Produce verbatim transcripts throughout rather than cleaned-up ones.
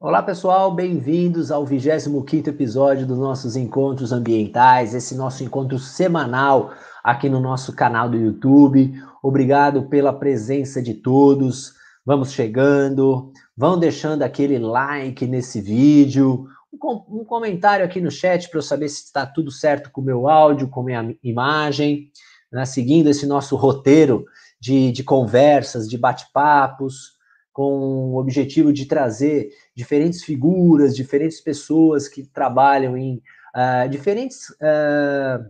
Olá pessoal, bem-vindos ao vigésimo quinto episódio dos nossos encontros ambientais, esse nosso encontro semanal aqui no nosso canal do YouTube. Obrigado pela presença de todos, vamos chegando, vão deixando aquele like nesse vídeo, um, com um comentário aqui no chat para eu saber se está tudo certo com o meu áudio, com a minha imagem, né? Seguindo esse nosso roteiro de, de conversas, de bate-papos, com o objetivo de trazer diferentes figuras, diferentes pessoas que trabalham em uh, diferentes uh,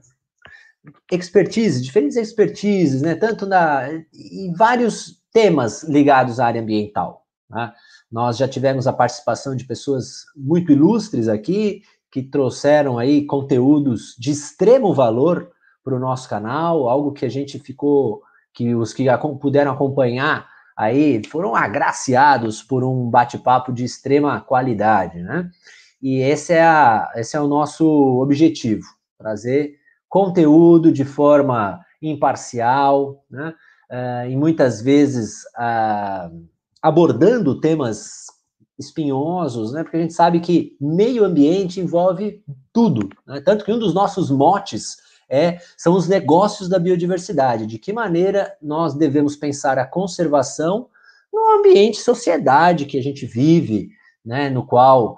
expertises, diferentes expertises, né, tanto na, em vários temas ligados à área ambiental. Né? Nós já tivemos a participação de pessoas muito ilustres aqui, que trouxeram aí conteúdos de extremo valor para o nosso canal, algo que a gente ficou, que os que puderam acompanhar aí foram agraciados por um bate-papo de extrema qualidade, né? E esse é, a, esse é o nosso objetivo, trazer conteúdo de forma imparcial, né? Uh, e muitas vezes uh, abordando temas espinhosos, né? Porque a gente sabe que meio ambiente envolve tudo, né? Tanto que um dos nossos motes É, são os negócios da biodiversidade, de que maneira nós devemos pensar a conservação no ambiente sociedade que a gente vive, né, no qual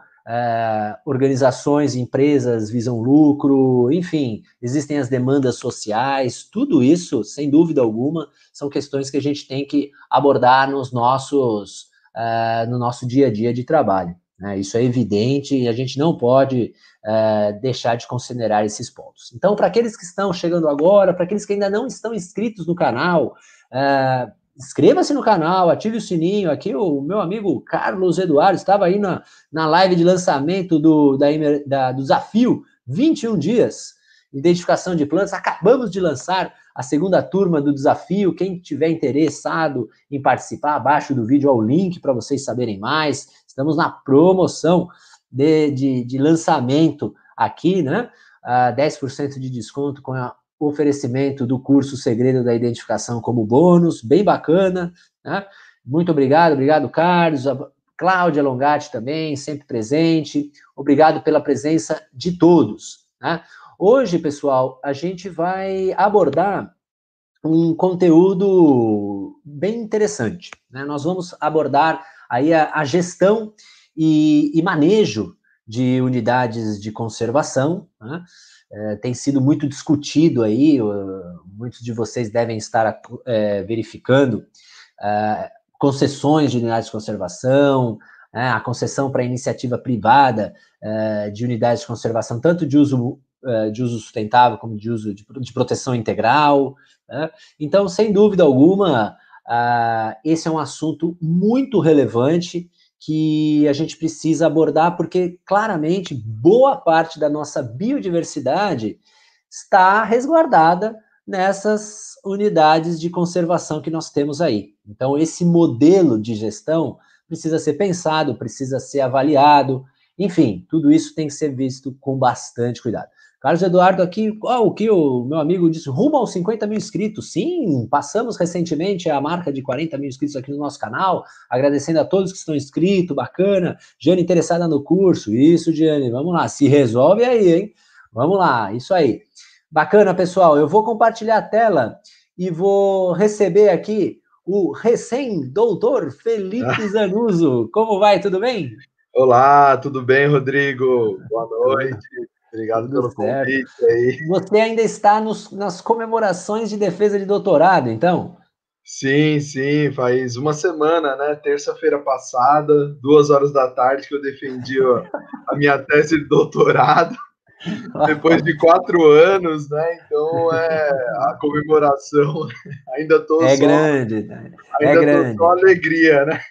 é, organizações, empresas visam lucro, enfim, existem as demandas sociais, tudo isso, sem dúvida alguma, são questões que a gente tem que abordar nos nossos, é, no nosso dia a dia de trabalho. Né? Isso é evidente e a gente não pode Uh, deixar de considerar esses pontos. Então, para aqueles que estão chegando agora, para aqueles que ainda não estão inscritos no canal, uh, inscreva-se no canal, ative o sininho. Aqui o meu amigo Carlos Eduardo estava aí na, na live de lançamento do, da, da, do desafio vinte e um dias, identificação de plantas. Acabamos de lançar a segunda turma do desafio. Quem tiver interessado em participar, abaixo do vídeo há o link para vocês saberem mais. Estamos na promoção De, de, de lançamento aqui, né? Uh, dez por cento de desconto com o oferecimento do curso Segredo da Identificação como bônus, bem bacana, né? Muito obrigado, obrigado, Carlos, a Cláudia Longatti também, sempre presente, obrigado pela presença de todos, né? Hoje, pessoal, a gente vai abordar um conteúdo bem interessante, né? Nós vamos abordar aí a, a gestão E, e manejo de unidades de conservação, né? É, tem sido muito discutido aí, uh, muitos de vocês devem estar uh, verificando uh, concessões de unidades de conservação, uh, a concessão para iniciativa privada uh, de unidades de conservação, tanto de uso, uh, de uso sustentável como de uso de, de proteção integral. Né? Então, sem dúvida alguma, uh, esse é um assunto muito relevante que a gente precisa abordar, porque claramente boa parte da nossa biodiversidade está resguardada nessas unidades de conservação que nós temos aí. Então, esse modelo de gestão precisa ser pensado, precisa ser avaliado, enfim, tudo isso tem que ser visto com bastante cuidado. Carlos Eduardo aqui, oh, o que o meu amigo disse, rumo aos cinquenta mil inscritos. Sim, passamos recentemente a marca de quarenta mil inscritos aqui no nosso canal, agradecendo a todos que estão inscritos, bacana. Jane interessada no curso, isso, Jane, vamos lá, se resolve aí, hein? Vamos lá, isso aí. Bacana, pessoal, eu vou compartilhar a tela e vou receber aqui o recém-doutor Felipe Zanuzzo. Como vai, tudo bem? Olá, tudo bem, Rodrigo? Boa noite. Tudo. Obrigado Tudo pelo certo. convite aí. Você ainda está nos, nas comemorações de defesa de doutorado, então? Sim, sim, faz uma semana, né? Terça-feira passada, duas horas da tarde, que eu defendi a minha tese de doutorado, depois de quatro anos, né? Então, é a comemoração, ainda estou É só, grande, é ainda tô só grande. alegria, né?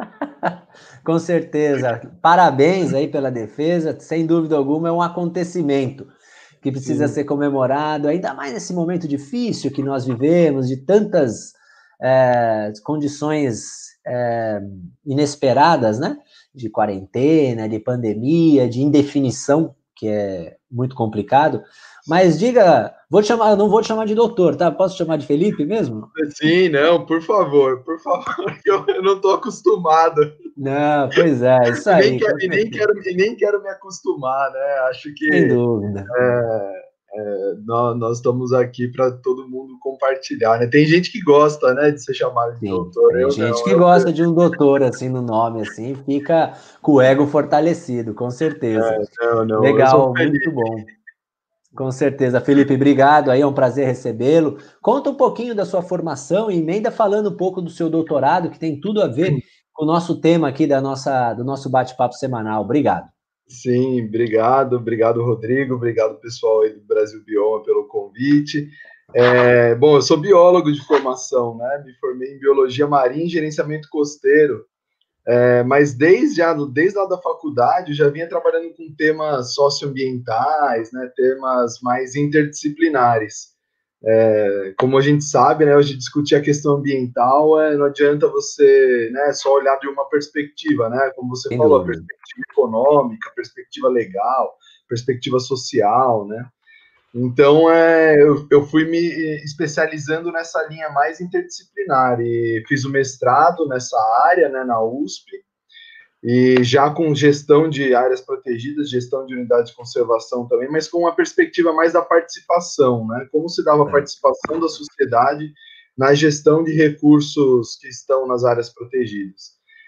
Com certeza. Parabéns aí pela defesa, sem dúvida alguma, é um acontecimento que precisa Sim. ser comemorado, ainda mais nesse momento difícil que nós vivemos, de tantas é, condições é, inesperadas, né? De quarentena, de pandemia, de indefinição, que é muito complicado. Mas diga, vou te chamar, eu não vou te chamar de doutor, tá? Posso te chamar de Felipe mesmo? Sim, não, por favor, por favor, que eu, eu não estou acostumado. Não, pois é, isso E nem, aí. quero, e, nem quero, e nem quero me acostumar, né? Acho que Sem dúvida. é, é, nós, nós estamos aqui para todo mundo compartilhar, né? Tem gente que gosta, né, de ser chamado de Sim, doutor, tem eu gente não. que Eu, gosta de um doutor assim no nome, assim, fica com o ego fortalecido, com certeza. não, não, eu sou Legal, muito feliz. bom. Com certeza, Felipe, obrigado. Aí é um prazer recebê-lo. Conta um pouquinho da sua formação e emenda falando um pouco do seu doutorado, que tem tudo a ver com o nosso tema aqui da nossa, do nosso bate-papo semanal. Obrigado. Sim, obrigado, obrigado, Rodrigo, obrigado, pessoal aí do Brasil Bioma pelo convite. É, bom, eu sou biólogo de formação, né? Me formei em biologia marinha e gerenciamento costeiro. É, mas desde, a, desde lá da faculdade eu já vinha trabalhando com temas socioambientais, né, temas mais interdisciplinares. É, como a gente sabe, né, hoje discutir a questão ambiental, é, não adianta você, né, só olhar de uma perspectiva, né, como você Sem falou, a dúvida. perspectiva econômica, a perspectiva legal, perspectiva social, né. Então, é, eu, eu fui me especializando nessa linha mais interdisciplinar e fiz o mestrado nessa área, né, na U S P, e já com gestão de áreas protegidas, gestão de unidades de conservação também, mas com uma perspectiva mais da participação, né? Como se dava a participação da sociedade na gestão de recursos que estão nas áreas protegidas.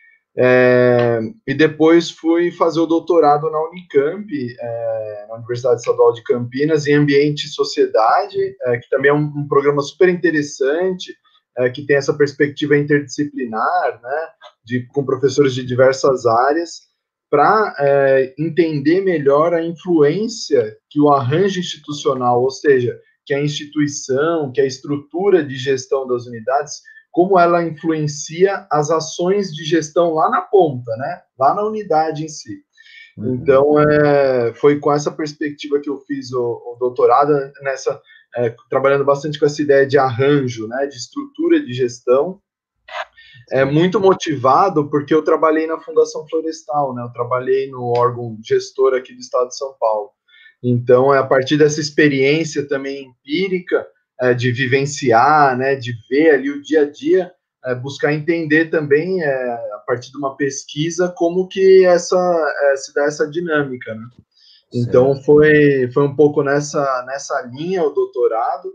É, e depois fui fazer o doutorado na Unicamp, é, na Universidade Estadual de Campinas, em Ambiente e Sociedade, é, que também é um, um programa super interessante, é, que tem essa perspectiva interdisciplinar, né, de, com professores de diversas áreas, para é, entender melhor a influência que o arranjo institucional, ou seja, que a instituição, que a estrutura de gestão das unidades, como ela influencia as ações de gestão lá na ponta, né? Lá na unidade em si. Uhum. Então, é, foi com essa perspectiva que eu fiz o, o doutorado, nessa, é, trabalhando bastante com essa ideia de arranjo, né? De estrutura de gestão. É muito motivado porque eu trabalhei na Fundação Florestal, né? Eu trabalhei no órgão gestor aqui do estado de São Paulo. Então, é a partir dessa experiência também empírica, é, de vivenciar, né, de ver ali o dia a dia, é, buscar entender também, é, a partir de uma pesquisa, como que essa, é, se dá essa dinâmica, né? Então, foi, foi um pouco nessa, nessa linha o doutorado,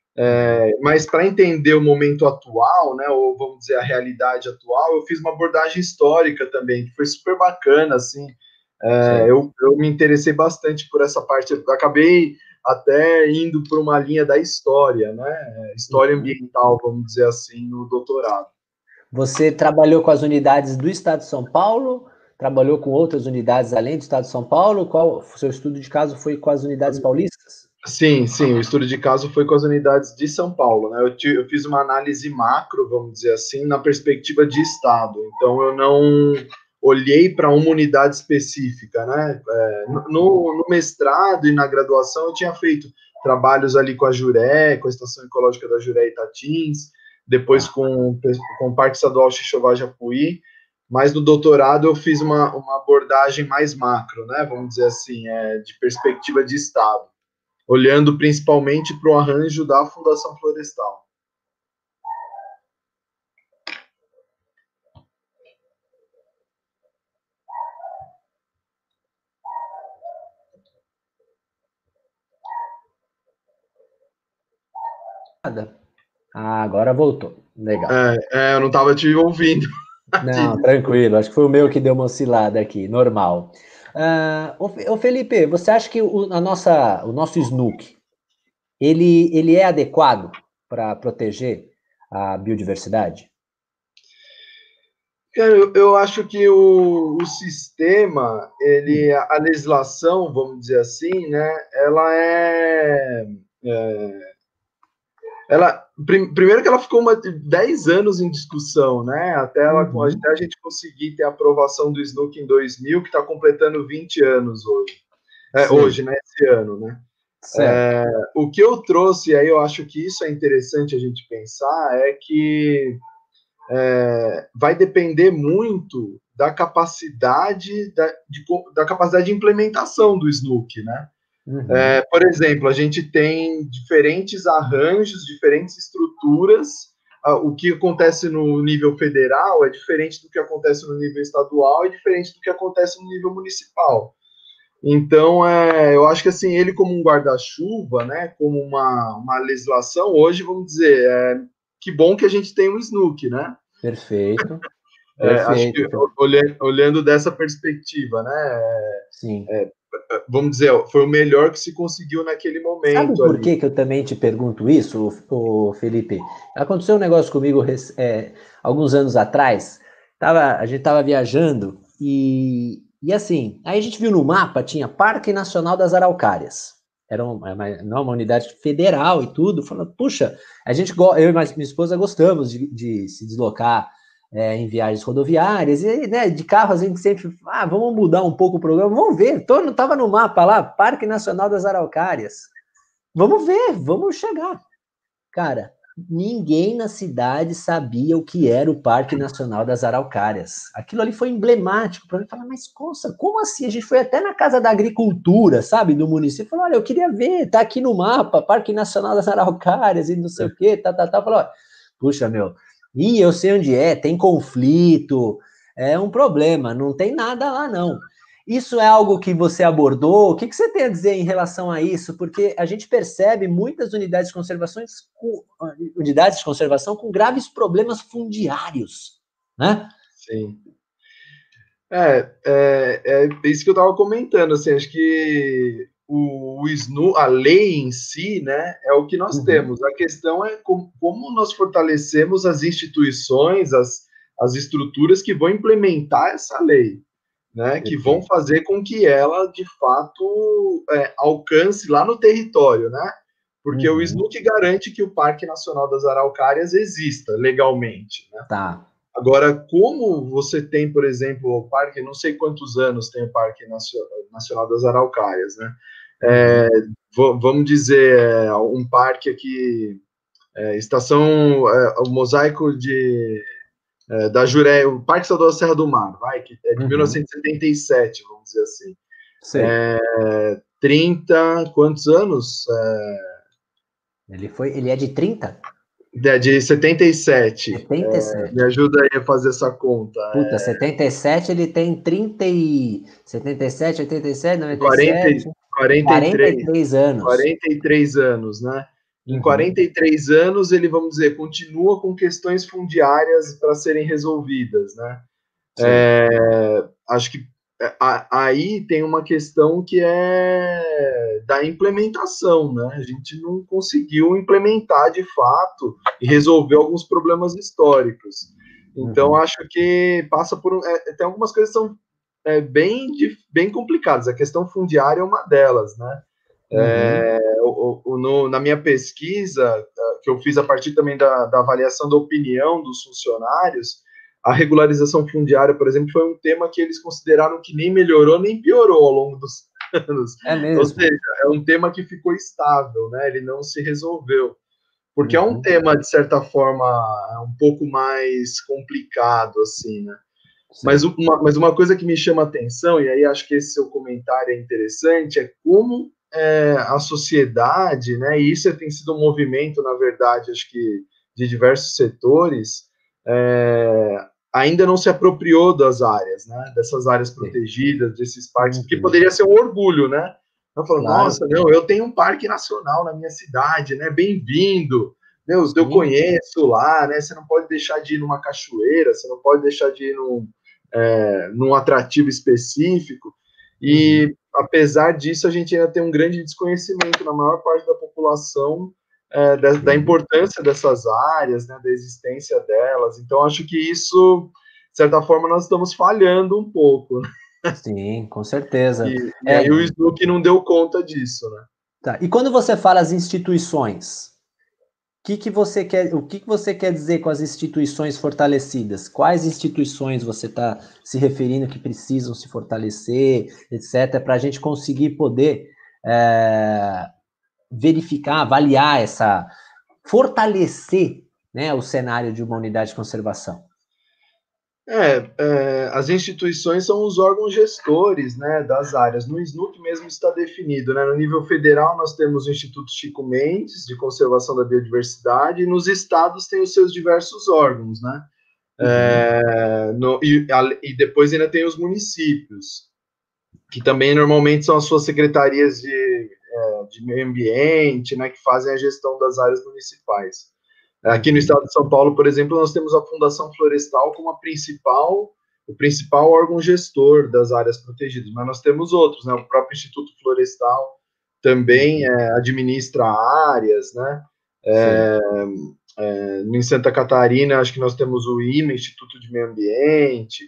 é, mas para entender o momento atual, né, ou vamos dizer, a realidade atual, eu fiz uma abordagem histórica também, que foi super bacana, assim. É, eu, eu me interessei bastante por essa parte, eu acabei até indo por uma linha da história, né? História ambiental, vamos dizer assim, no doutorado. Você trabalhou com as unidades do Estado de São Paulo? Trabalhou com outras unidades além do Estado de São Paulo? Qual o seu estudo de caso foi com as unidades paulistas? Sim, sim, o estudo de caso foi com as unidades de São Paulo, né? Eu, te, eu fiz uma análise macro, vamos dizer assim, na perspectiva de Estado. Então, eu não olhei para uma unidade específica, né? É, no, no mestrado e na graduação eu tinha feito trabalhos ali com a Juré, com a Estação Ecológica da Juré Itatins, depois com, com o Parque Estadual Xixová-Japuí, mas no doutorado eu fiz uma, uma abordagem mais macro, né? Vamos dizer assim, é, de perspectiva de Estado, olhando principalmente para o arranjo da Fundação Florestal. Ah, agora voltou. Legal. É, é, eu não estava te ouvindo. Não, tranquilo. Acho que foi o meu que deu uma oscilada aqui, normal. Uh, ô, Felipe, você acha que o, a nossa, o nosso Snook, ele, ele é adequado para proteger a biodiversidade? Eu, eu acho que o, o sistema, ele, a legislação, vamos dizer assim, né, ela é, é ela, prim, primeiro que ela ficou uma, dez anos em discussão, né, até, ela, uhum. até a gente conseguir ter a aprovação do Snook em dois mil, que está completando vinte anos hoje, é, hoje, né, esse ano, né. É, o que eu trouxe, aí eu acho que isso é interessante a gente pensar, é que é, vai depender muito da capacidade da, de, da capacidade de implementação do Snook, né? Uhum. É, por exemplo, a gente tem diferentes arranjos, diferentes estruturas o que acontece no nível federal é diferente do que acontece no nível estadual e diferente do que acontece no nível municipal. Então, é, eu acho que assim, ele como um guarda-chuva, né, como uma, uma legislação, hoje, vamos dizer, é, que bom que a gente tem um S N U C, né? Perfeito. É, acho que Perfeito. olhando, olhando dessa perspectiva, né? É, Sim. é, vamos dizer, foi o melhor que se conseguiu naquele Sabe momento por ali. que, que eu também te pergunto isso, o Felipe? Aconteceu um negócio comigo é, alguns anos atrás. Tava, a gente estava viajando e, e assim, aí a gente viu no mapa, tinha Parque Nacional das Araucárias. Era uma, uma, uma unidade federal e tudo. Falando, puxa, a gente, eu e minha esposa gostamos de, de se deslocar é, em viagens rodoviárias, e né, de carro a gente sempre, ah, vamos mudar um pouco o programa, vamos ver, todo estava no mapa lá, Parque Nacional das Araucárias. Vamos ver, vamos chegar. Cara, ninguém na cidade sabia o que era o Parque Nacional das Araucárias. Aquilo ali foi emblemático para mim. Falar, mas nossa, como assim? A gente foi até na Casa da Agricultura, sabe, do município. Falou, olha, eu queria ver, tá aqui no mapa, Parque Nacional das Araucárias e não sei o quê, tá, tá, tá. Falou, puxa, meu, ih, eu sei onde é, tem conflito, é um problema, não tem nada lá, não. Isso é algo que você abordou? O que, que você tem a dizer em relação a isso? Porque a gente percebe muitas unidades de conservação com, unidades de conservação com graves problemas fundiários, né? Sim. É, é, é isso que eu estava comentando, assim, acho que o, o S N U, a lei em si, né, é o que nós uhum. temos. A questão é como, como nós fortalecemos as instituições, as, as estruturas que vão implementar essa lei, né, que vão fazer com que ela, de fato, é, alcance lá no território, né? Porque uhum. o S N U que garante que o Parque Nacional das Araucárias exista legalmente, né? Tá. Agora, como você tem, por exemplo, o parque, não sei quantos anos tem o Parque Nacional das Araucárias, né? Uhum. É, vamos dizer, um parque aqui, é, estação, é, o mosaico de, é, da Juré, o Parque Estadual da Serra do Mar, vai, que é de uhum. mil novecentos e setenta e sete, vamos dizer assim. É, trinta, quantos anos? É, ele, foi, ele é de trinta? É de setenta e sete. setenta e sete. É, me ajuda aí a fazer essa conta. Puta, é... setenta e sete ele tem trinta e... setenta e sete, oitenta e sete, noventa e sete... quarenta, quarenta e três anos. quarenta e três anos, né? Em uhum. quarenta e três anos, ele, vamos dizer, continua com questões fundiárias para serem resolvidas, né? É, acho que aí tem uma questão que é da implementação, né? A gente não conseguiu implementar de fato e resolver alguns problemas históricos. Então, uhum. acho que passa por... É, tem algumas coisas que são é, bem, bem complicadas. A questão fundiária é uma delas, né? Uhum. É, o, o, no, na minha pesquisa, que eu fiz a partir também da, da avaliação da opinião dos funcionários, a regularização fundiária, por exemplo, foi um tema que eles consideraram que nem melhorou nem piorou ao longo dos anos. É mesmo. Ou seja, é um tema que ficou estável, né? Ele não se resolveu. Porque uhum. é um tema, de certa forma, um pouco mais complicado, assim, né? Mas uma, mas uma coisa que me chama a atenção, e aí acho que esse seu comentário é interessante, é como é, a sociedade, né, e isso tem sido um movimento, na verdade, acho que de diversos setores, é, ainda não se apropriou das áreas, né, dessas áreas protegidas, desses parques, que poderia ser um orgulho, né? Eu falo, claro. Nossa, não, eu tenho um parque nacional na minha cidade, né, bem-vindo. Meu, eu conheço lá, né? Você não pode deixar de ir numa cachoeira, você não pode deixar de ir num, é, num atrativo específico. E, uhum. apesar disso, a gente ainda tem um grande desconhecimento na maior parte da população é, da, da importância dessas áreas, né, da existência delas. Então, acho que isso, de certa forma, nós estamos falhando um pouco, né? Sim, com certeza. E, e é... aí o S N U C não deu conta disso, né? Tá. E quando você fala as instituições, que que você quer, o que, que você quer dizer com as instituições fortalecidas? Quais instituições você está se referindo que precisam se fortalecer, etcétera, para a gente conseguir poder é, verificar, avaliar essa, fortalecer, né, o cenário de uma unidade de conservação? É, é, as instituições são os órgãos gestores, né, das áreas. No S N U C mesmo está definido, né? No nível federal nós temos o Instituto Chico Mendes, de Conservação da Biodiversidade, e nos estados tem os seus diversos órgãos, né? Uhum. É, no, e, e depois ainda tem os municípios, que também normalmente são as suas secretarias de, é, de meio ambiente, né, que fazem a gestão das áreas municipais. Aqui no Uhum. estado de São Paulo, por exemplo, nós temos a Fundação Florestal como a principal, o principal órgão gestor das áreas protegidas, mas nós temos outros, né? O próprio Instituto Florestal também Uhum. é, administra áreas, né? Sei. É, é, em Santa Catarina, acho que nós temos o I M A, Instituto de Meio Ambiente,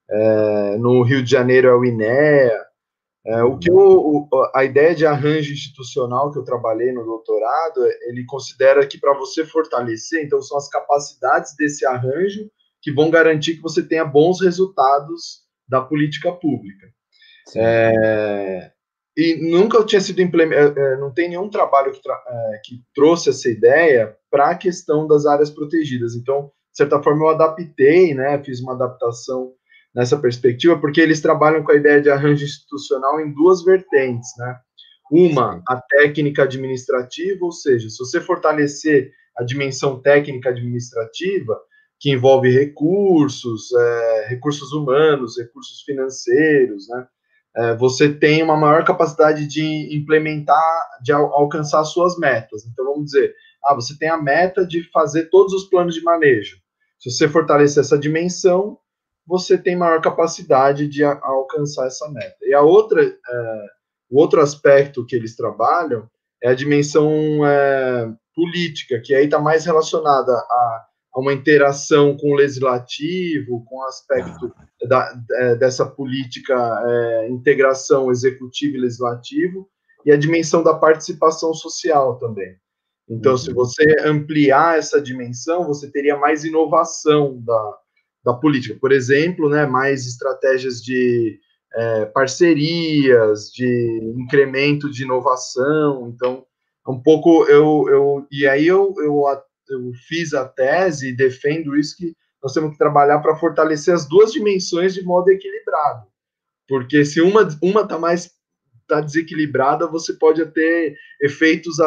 é, no Rio de Janeiro é o INEA. É, o que Uhum. eu, o, a ideia de arranjo institucional que eu trabalhei no doutorado, ele considera que para você fortalecer, então são as capacidades desse arranjo que vão garantir que você tenha bons resultados da política pública. Sim. É, e nunca tinha sido implementado, é, não tem nenhum trabalho que, tra, é, que trouxe essa ideia para a questão das áreas protegidas. Então, de certa forma, eu adaptei, né, fiz uma adaptação nessa perspectiva, porque eles trabalham com a ideia de arranjo institucional em duas vertentes, né? Uma, Sei. a técnica administrativa, ou seja, se você fortalecer a dimensão técnica administrativa, que envolve recursos, é, recursos humanos, recursos financeiros, né? É, você tem uma maior capacidade de implementar, de al alcançar suas metas. Então, vamos dizer, ah, você tem a meta de fazer todos os planos de manejo. Se você fortalecer essa dimensão, você tem maior capacidade de a, alcançar essa meta. E a outra, é, o outro aspecto que eles trabalham é a dimensão é, política, que aí está mais relacionada a, a uma interação com o legislativo, com o aspecto Ah. da, dessa política é, integração executivo e legislativo, e a dimensão da participação social também. Então, se Uhum. você ampliar essa dimensão, você teria mais inovação da, da política. Por exemplo, né, mais estratégias de é, parcerias, de incremento de inovação. Então, um pouco eu, eu e aí eu, eu, eu fiz a tese e defendo isso, que nós temos que trabalhar para fortalecer as duas dimensões de modo equilibrado, porque se uma uma está mais tá desequilibrada, você pode ter efeitos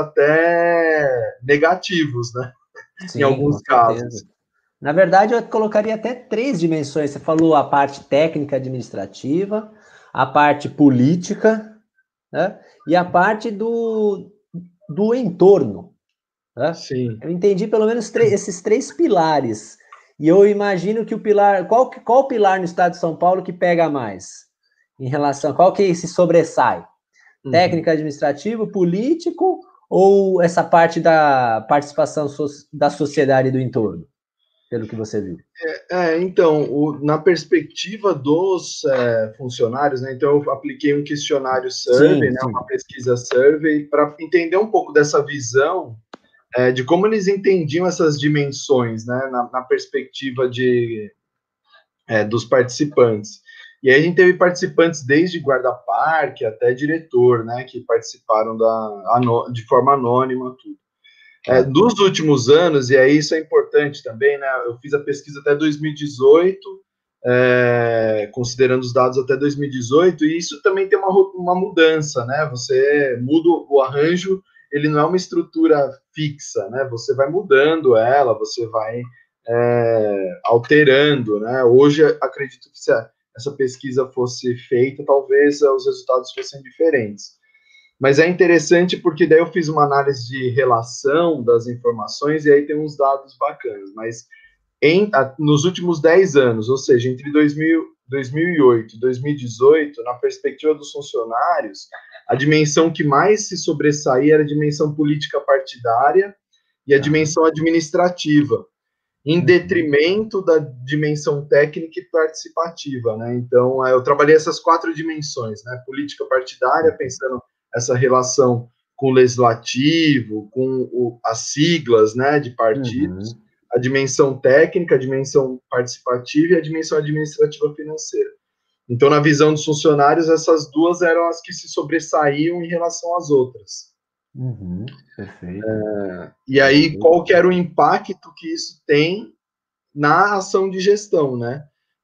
até negativos, né? Em Sim, com alguns certeza. casos. Na verdade, eu colocaria até três dimensões. Você falou a parte técnica administrativa, a parte política, né? E a parte do, do entorno, né? Sim. Eu entendi pelo menos esses três pilares. E eu imagino que o pilar. Qual, qual o pilar no estado de São Paulo que pega mais? Em relação. Qual que se sobressai? Uhum. Técnico administrativo, político ou essa parte da participação so, da sociedade e do entorno, pelo que você viu? É, então, o, na perspectiva dos é, funcionários, né, então eu apliquei um questionário survey, Sim, né, uma sim. pesquisa survey, para entender um pouco dessa visão é, de como eles entendiam essas dimensões, né, na, na perspectiva de, é, dos participantes. E aí a gente teve participantes desde guarda-parque até diretor, né, que participaram da, de forma anônima, tudo. É, Ah, dos últimos anos, e aí isso é importante também, né? Eu fiz a pesquisa até dois mil e dezoito, é, considerando os dados até dois mil e dezoito, e isso também tem uma, uma mudança, né? Você muda o arranjo, ele não é uma estrutura fixa, né? Você vai mudando ela, você vai é, alterando, né? Hoje, acredito que se essa pesquisa fosse feita, talvez os resultados fossem diferentes. Mas é interessante porque daí eu fiz uma análise de relação das informações e aí tem uns dados bacanas. Mas em, a, nos últimos dez anos, ou seja, entre dois mil, dois mil e oito e dois mil e dezoito, na perspectiva dos funcionários, a dimensão que mais se sobressaía era a dimensão política partidária e a tá. dimensão administrativa, em Uhum. detrimento da dimensão técnica e participativa, né? Então, eu trabalhei essas quatro dimensões, né? Política partidária, pensando essa relação com o legislativo, com o, as siglas, né, de partidos, Uhum. a dimensão técnica, a dimensão participativa e a dimensão administrativa financeira. Então, na visão dos funcionários, essas duas eram as que se sobressaíam em relação às outras. Uhum. Perfeito. E aí, Perfeito. qual que era o impacto que isso tem na ação de gestão, né?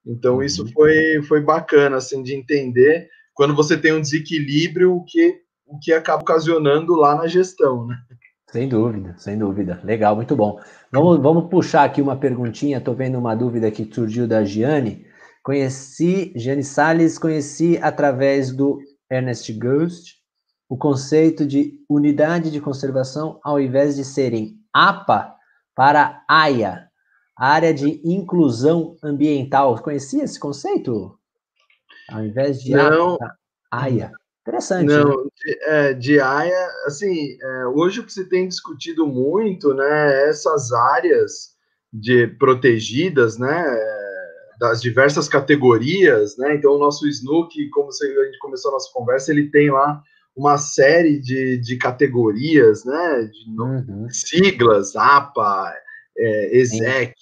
Então, Uhum. isso foi, foi bacana, assim, de entender quando você tem um desequilíbrio, o que, o que acaba ocasionando lá na gestão, né? Sem dúvida, sem dúvida. Legal, muito bom. Vamos, vamos puxar aqui uma perguntinha. Estou vendo uma dúvida que surgiu da Giane. Conheci, Giane Salles, conheci através do Ernest Ghost o conceito de unidade de conservação ao invés de serem A P A para A I A, área de inclusão ambiental. Conhecia esse conceito? Ao invés de A P A Não, para A I A. Interessante, né? não, de, é, de área, assim, é, hoje o que se tem discutido muito, né, é essas áreas de protegidas, né, das diversas categorias, né, então o nosso S N U C, como a gente começou a nossa conversa, ele tem lá uma série de, de categorias, né, de Uhum. siglas, A P A, é, Sim. ESEC,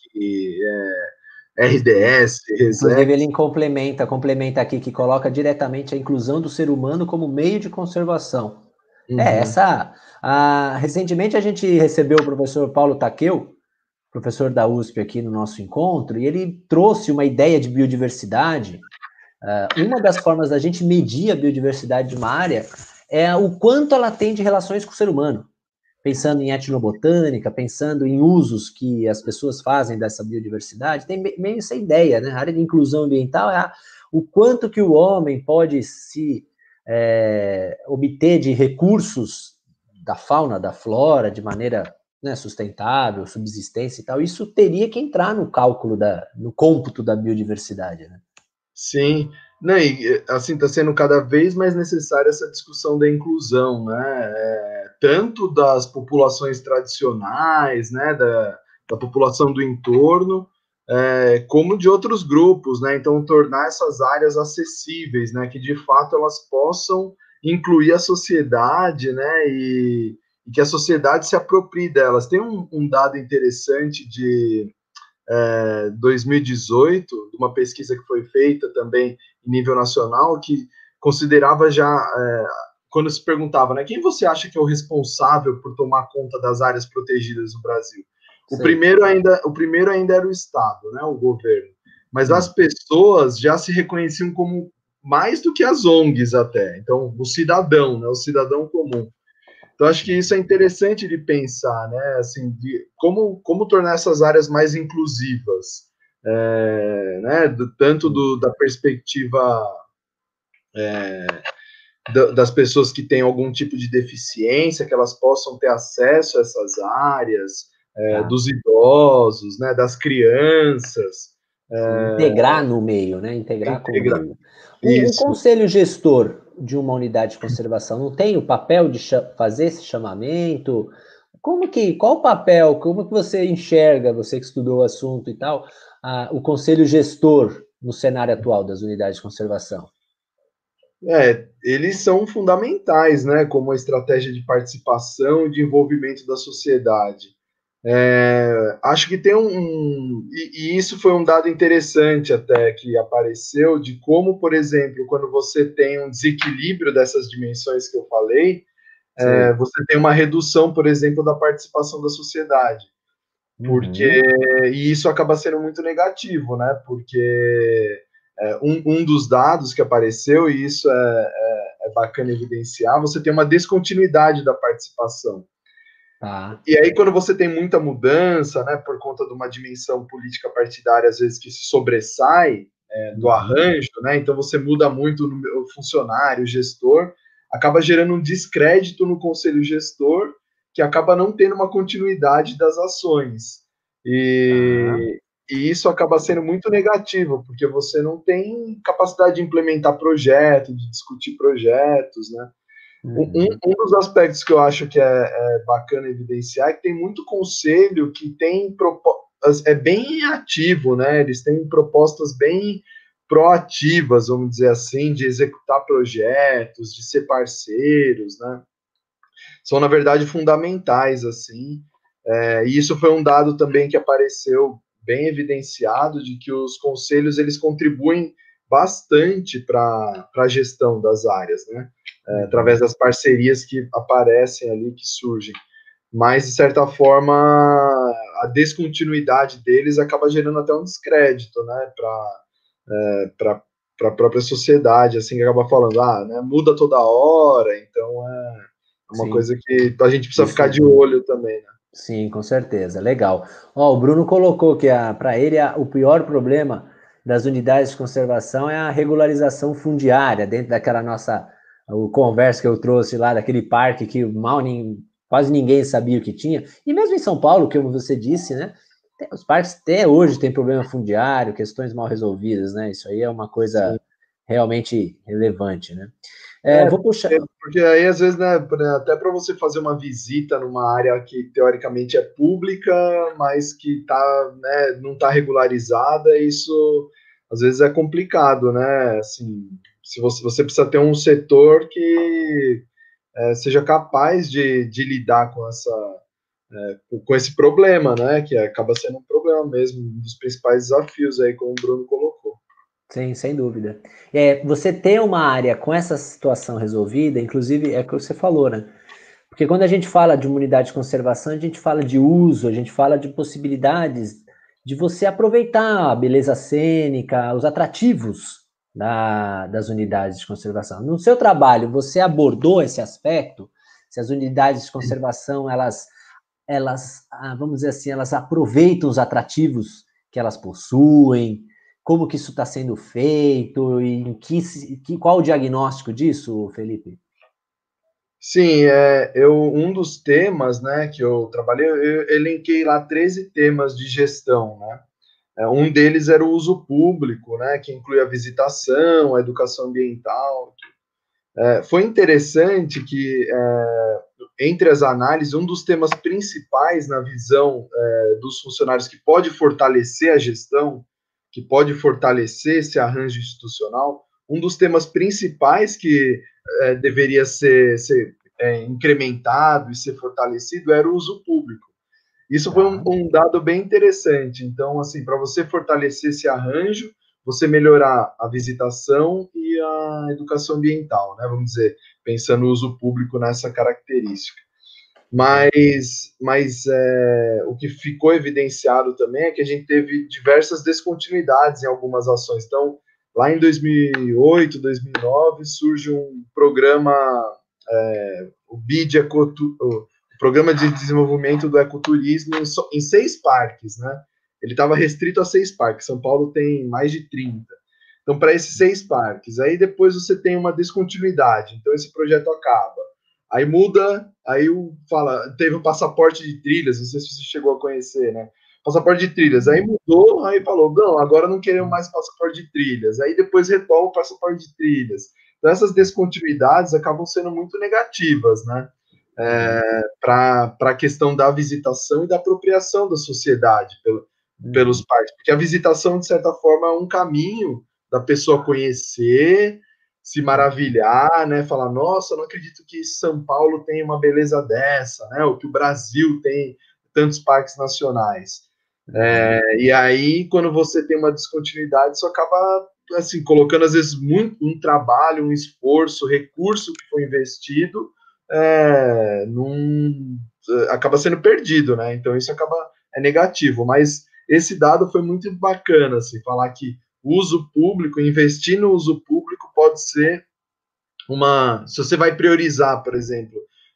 é, R D S, Inclusive, RESEC. ele complementa, complementa aqui, que coloca diretamente a inclusão do ser humano como meio de conservação. É, Uhum. essa. A, recentemente a gente recebeu o professor Paulo Takeu, professor da U S P aqui no nosso encontro, e ele trouxe uma ideia de biodiversidade. Uh, uma das formas da gente medir a biodiversidade de uma área é o quanto ela tem de relações com o ser humano. Pensando em etnobotânica, pensando em usos que as pessoas fazem dessa biodiversidade, tem meio essa ideia, né? A área de inclusão ambiental é a, o quanto que o homem pode se é, obter de recursos da fauna, da flora, de maneira, né, sustentável, subsistência e tal. Isso teria que entrar no cálculo, da, no cômputo da biodiversidade, né? Sim, não, e, assim, está sendo cada vez mais necessária essa discussão da inclusão, né? É, tanto das populações tradicionais, né, da, da população do entorno, é, como de outros grupos, né? Então, tornar essas áreas acessíveis, né? Que de fato elas possam incluir a sociedade, né? E, e que a sociedade se aproprie delas. Tem um, um dado interessante de é, dois mil e dezoito, de uma pesquisa que foi feita também em nível nacional, que considerava já, é, quando se perguntava, né, quem você acha que é o responsável por tomar conta das áreas protegidas no Brasil? O Sei. primeiro ainda, o primeiro ainda era o Estado, né, o governo. Mas Hum. as pessoas já se reconheciam como mais do que as O N Gs até. Então, o cidadão, né, o cidadão comum. Então, acho que isso é interessante de pensar, né? Assim, de como, como tornar essas áreas mais inclusivas, é, né? Do, tanto do, da perspectiva é, da, das pessoas que têm algum tipo de deficiência, que elas possam ter acesso a essas áreas, é, Tá. dos idosos, né? Das crianças. Sim, É, integrar no meio, né? Integrar com o integrar. meio. O, o Isso. conselho gestor de uma unidade de conservação não tem o papel de fazer esse chamamento? Como que, qual o papel, como que você enxerga, você que estudou o assunto e tal, a, o conselho gestor no cenário atual das unidades de conservação? É, eles são fundamentais, né, como uma estratégia de participação e de envolvimento da sociedade. É, acho que tem um, um e, e isso foi um dado interessante até que apareceu de como, por exemplo, quando você tem um desequilíbrio dessas dimensões que eu falei, é, Sei. você tem uma redução, por exemplo, da participação da sociedade, porque Uhum. e isso acaba sendo muito negativo, né? Porque é, um, um dos dados que apareceu, e isso é, é, é bacana evidenciar, você tem uma descontinuidade da participação. Tá. E aí, quando você tem muita mudança, né, por conta de uma dimensão política partidária, às vezes, que se sobressai é, do Uhum. arranjo, né, então você muda muito o funcionário, o gestor, acaba gerando um descrédito no conselho gestor, que acaba não tendo uma continuidade das ações. Tá. E, e isso acaba sendo muito negativo, porque você não tem capacidade de implementar projetos, de discutir projetos, né? Um, Uhum. um dos aspectos que eu acho que é, é bacana evidenciar é que tem muito conselho que tem propostas, é bem ativo, né? Eles têm propostas bem proativas, vamos dizer assim, de executar projetos, de ser parceiros, né? São, na verdade, fundamentais, assim. É, e isso foi um dado também que apareceu bem evidenciado de que os conselhos eles contribuem bastante para a gestão das áreas, né? É, através Uhum. das parcerias que aparecem ali, que surgem. Mas, de certa forma, a descontinuidade deles acaba gerando até um descrédito, né, para é, para a própria sociedade, assim, que acaba falando, ah, né, muda toda hora, então é uma Sim, coisa que a gente precisa ficar isso. de olho também, né? Sim, com certeza. Legal. Ó, o Bruno colocou que para ele a, o pior problema das unidades de conservação é a regularização fundiária, dentro daquela nossa o conversa que eu trouxe lá, daquele parque que mal nin, quase ninguém sabia o que tinha. E mesmo em São Paulo, como você disse, né? Os parques até hoje têm problema fundiário, questões mal resolvidas, né? Isso aí é uma Sim. coisa realmente relevante, né? É, É, vou puxar. porque, porque aí, às vezes, né, até para você fazer uma visita numa área que teoricamente é pública, mas que tá, né, não está regularizada, isso às vezes é complicado, né? Assim, se você, você precisa ter um setor que é, seja capaz de, de lidar com essa com esse problema, né? Que acaba sendo um problema mesmo, um dos principais desafios aí, como o Bruno colocou. Sim, sem dúvida. É, você ter uma área com essa situação resolvida, inclusive é o que você falou, né? Porque quando a gente fala de uma unidade de conservação, a gente fala de uso, a gente fala de possibilidades de você aproveitar a beleza cênica, os atrativos da, das unidades de conservação. No seu trabalho, você abordou esse aspecto? Se as unidades de conservação, elas, elas, vamos dizer assim, elas aproveitam os atrativos que elas possuem, como que isso está sendo feito, e em que, que, qual o diagnóstico disso, Felipe? Sim, é, eu, um dos temas, né, que eu trabalhei, eu elenquei lá treze temas de gestão, né? É, um deles era o uso público, né, que inclui a visitação, a educação ambiental. É, foi interessante que, é, entre as análises, um dos temas principais na visão é, dos funcionários que pode fortalecer a gestão, que pode fortalecer esse arranjo institucional, um dos temas principais que é, deveria ser, ser é, incrementado e ser fortalecido era o uso público. Isso foi um, Tá. um dado bem interessante. Então, assim, para você fortalecer esse arranjo, você melhorar a visitação e a educação ambiental, né? Vamos dizer, pensando no uso público nessa característica. Mas, mas é, o que ficou evidenciado também é que a gente teve diversas descontinuidades em algumas ações. Então, lá em dois mil e oito, dois mil e nove, surge um programa, é, o B I D, o Programa de Desenvolvimento do Ecoturismo, em, em seis parques, né? Ele estava restrito a seis parques. São Paulo tem mais de trinta. Então, para esses seis parques, aí depois você tem uma descontinuidade. Então, esse projeto acaba. Aí muda, aí fala, teve o passaporte de trilhas, não sei se você chegou a conhecer, né? Passaporte de trilhas. Aí mudou, aí falou, não, agora não queremos mais passaporte de trilhas. Aí depois retoma o passaporte de trilhas. Então, essas descontinuidades acabam sendo muito negativas, né? É, para a questão da visitação e da apropriação da sociedade pelo, Uhum. pelos parques. Porque a visitação, de certa forma, é um caminho da pessoa conhecer, se maravilhar, né? Falar, nossa, não acredito que São Paulo tem uma beleza dessa, né? Ou que o Brasil tem tantos parques nacionais. Uhum. É, e aí, quando você tem uma descontinuidade, isso acaba assim colocando às vezes muito um trabalho, um esforço, recurso que foi investido, é, num, acaba sendo perdido, né? Então isso acaba é negativo. Mas esse dado foi muito bacana, assim, falar que o uso público, investir no uso público pode ser uma. Se você vai priorizar, por exemplo,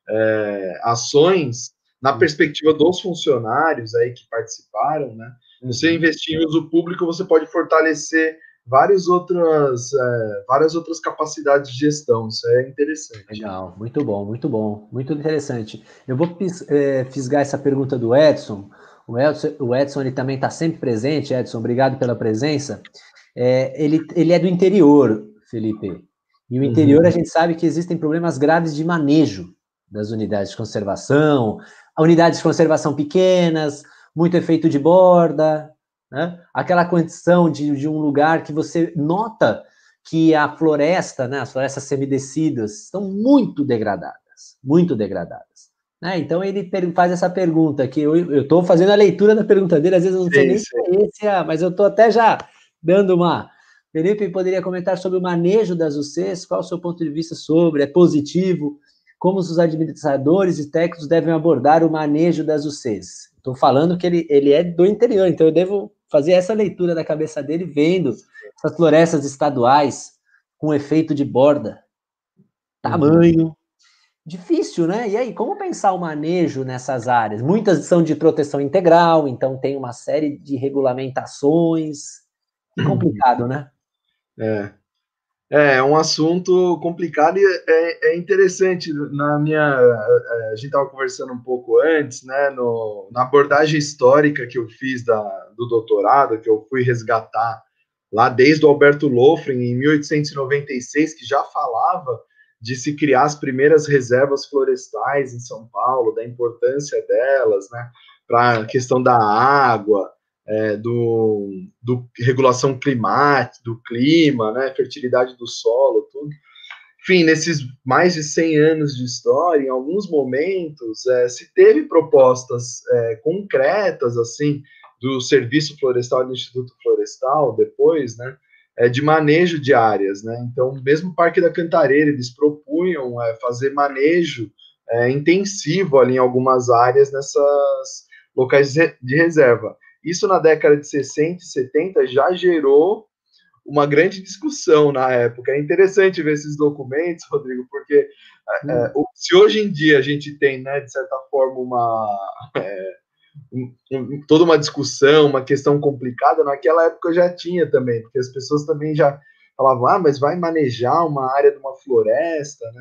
é, ações na perspectiva dos funcionários aí que participaram, né? Você investir em uso público, você pode fortalecer várias outras, é, várias outras capacidades de gestão. Isso é interessante. Legal, muito bom, muito bom, muito interessante. Eu vou é, fisgar essa pergunta do Edson. O Edson, o Edson ele também está sempre presente. Edson, obrigado pela presença. É, ele, ele é do interior, Felipe. E o interior uhum. A gente sabe que existem problemas graves de manejo das unidades de conservação, unidades de conservação pequenas, muito efeito de borda, né? Aquela condição de, de um lugar que você nota que a floresta, né, as florestas semidescidas, estão muito degradadas, muito degradadas. Né? Então ele faz essa pergunta, que eu estou fazendo a leitura da pergunta dele, às vezes eu não sei sim, nem se é esse, mas eu estou até já dando uma... Felipe, poderia comentar sobre o manejo das U Cs, qual é o seu ponto de vista sobre, é positivo, como os administradores e técnicos devem abordar o manejo das U Cs? Estou falando que ele, ele é do interior, então eu devo fazer essa leitura da cabeça dele, vendo essas florestas estaduais com efeito de borda, tamanho, uhum. Difícil, né? E aí, como pensar o manejo nessas áreas? Muitas são de proteção integral, então tem uma série de regulamentações. Que complicado, né? É. É, é um assunto complicado e é, é interessante. Na minha, a gente estava conversando um pouco antes, né? No, na abordagem histórica que eu fiz da, do doutorado, que eu fui resgatar lá desde o Alberto Lofgren, em mil oitocentos e noventa e seis, que já falava de se criar as primeiras reservas florestais em São Paulo, da importância delas, né? Para a questão da água. É, do, do regulação climática, do clima, né, fertilidade do solo, tudo. Enfim, nesses mais de cem anos de história, em alguns momentos, é, se teve propostas é, concretas, assim, do Serviço Florestal e do Instituto Florestal, depois, né, é, de manejo de áreas, né, então, mesmo o Parque da Cantareira, eles propunham é, fazer manejo é, intensivo ali em algumas áreas nessas locais de reserva. Isso na década de sessenta e setenta já gerou uma grande discussão na época. É interessante ver esses documentos, Rodrigo, porque hum. é, se hoje em dia a gente tem, né, de certa forma, uma é, um, um, toda uma discussão, uma questão complicada, naquela época já tinha também, porque as pessoas também já falavam, ah, mas vai manejar uma área de uma floresta, né?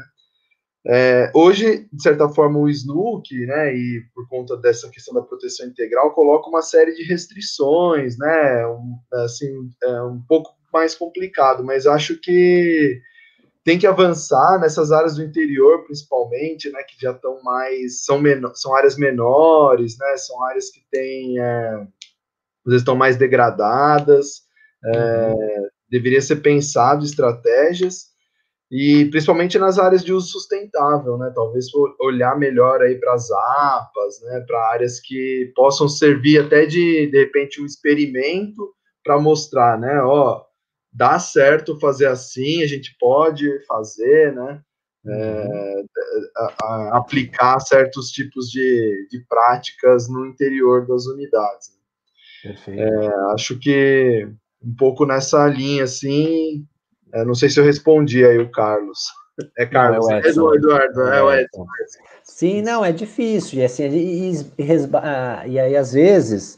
É, hoje, de certa forma, o S N U C, né, e por conta dessa questão da proteção integral, coloca uma série de restrições, né, um, assim, é um pouco mais complicado, mas acho que tem que avançar nessas áreas do interior, principalmente, né, que já estão mais, são, menor, são áreas menores, né, são áreas que têm, é, às vezes estão mais degradadas, é, uhum. Deveria ser pensado estratégias, e principalmente nas áreas de uso sustentável, né? Talvez olhar melhor aí para as A P As, né? Para áreas que possam servir até de, de repente, um experimento para mostrar, né? Ó, dá certo fazer assim, a gente pode fazer, né? Uhum. É, a, a, aplicar certos tipos de, de práticas no interior das unidades. Perfeito. É, acho que um pouco nessa linha, assim. Eu não sei se eu respondi aí o Carlos. É Carlos, não, é o Edson. É Eduardo, é, é o Edson. Sim, não, é difícil. E, assim, e, e, e aí, às vezes,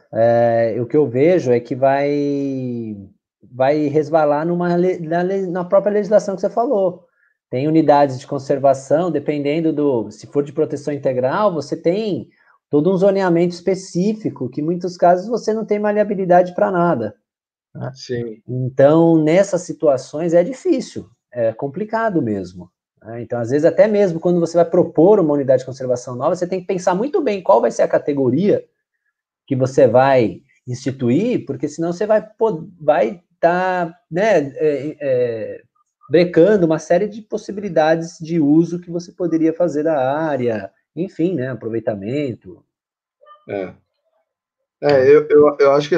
é, o que eu vejo é que vai, vai resvalar numa, na, na própria legislação que você falou. Tem unidades de conservação, dependendo do... Se for de proteção integral, você tem todo um zoneamento específico, que em muitos casos você não tem maleabilidade para nada. Né? Sim. Então, nessas situações é difícil, é complicado mesmo. Né? Então, às vezes, até mesmo quando você vai propor uma unidade de conservação nova, você tem que pensar muito bem qual vai ser a categoria que você vai instituir, porque senão você vai vai estar, né, é, é, brecando uma série de possibilidades de uso que você poderia fazer da área, enfim, né, aproveitamento. É. É, eu, eu, eu acho que é,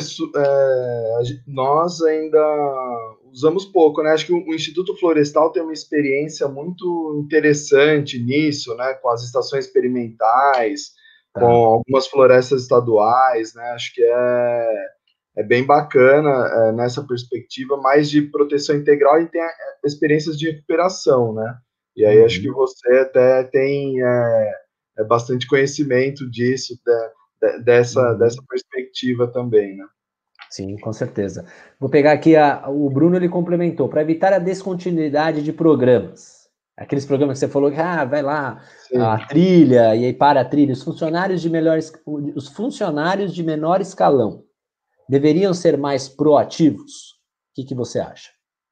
é, nós ainda usamos pouco, né? Acho que o, o Instituto Florestal tem uma experiência muito interessante nisso, né? Com as estações experimentais, tá. Com algumas florestas estaduais, né? Acho que é, é bem bacana é, nessa perspectiva, mais de proteção integral e tem é, experiências de recuperação, né? E aí uhum. Acho que você até tem é, é bastante conhecimento disso, né? Dessa, uhum. dessa perspectiva também, né? Sim, com certeza. Vou pegar aqui, a, o Bruno, ele complementou, para evitar a descontinuidade de programas. Aqueles programas que você falou que, ah, vai lá, Sim. a trilha, e aí para a trilha. Os funcionários de melhor, os funcionários de menor escalão deveriam ser mais proativos? O que, que você acha?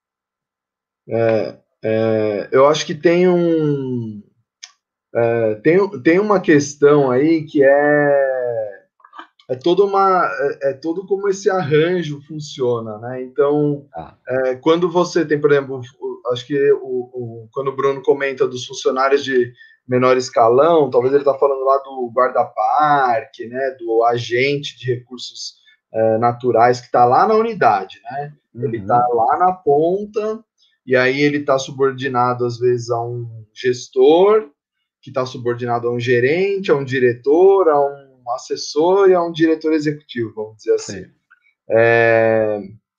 É, é, eu acho que tem um... É, tem, tem uma questão aí que é é toda uma é, é todo como esse arranjo funciona, né? Então ah. é, quando você tem, por exemplo, acho que o, o, quando o Bruno comenta dos funcionários de menor escalão, talvez ele está falando lá do guarda-parque, né? Do agente de recursos é, naturais que está lá na unidade, né? Uhum. Ele está lá na ponta e aí ele está subordinado às vezes a um gestor que está subordinado a um gerente, a um diretor, a um assessor e a um diretor executivo, vamos dizer assim. Sim. É,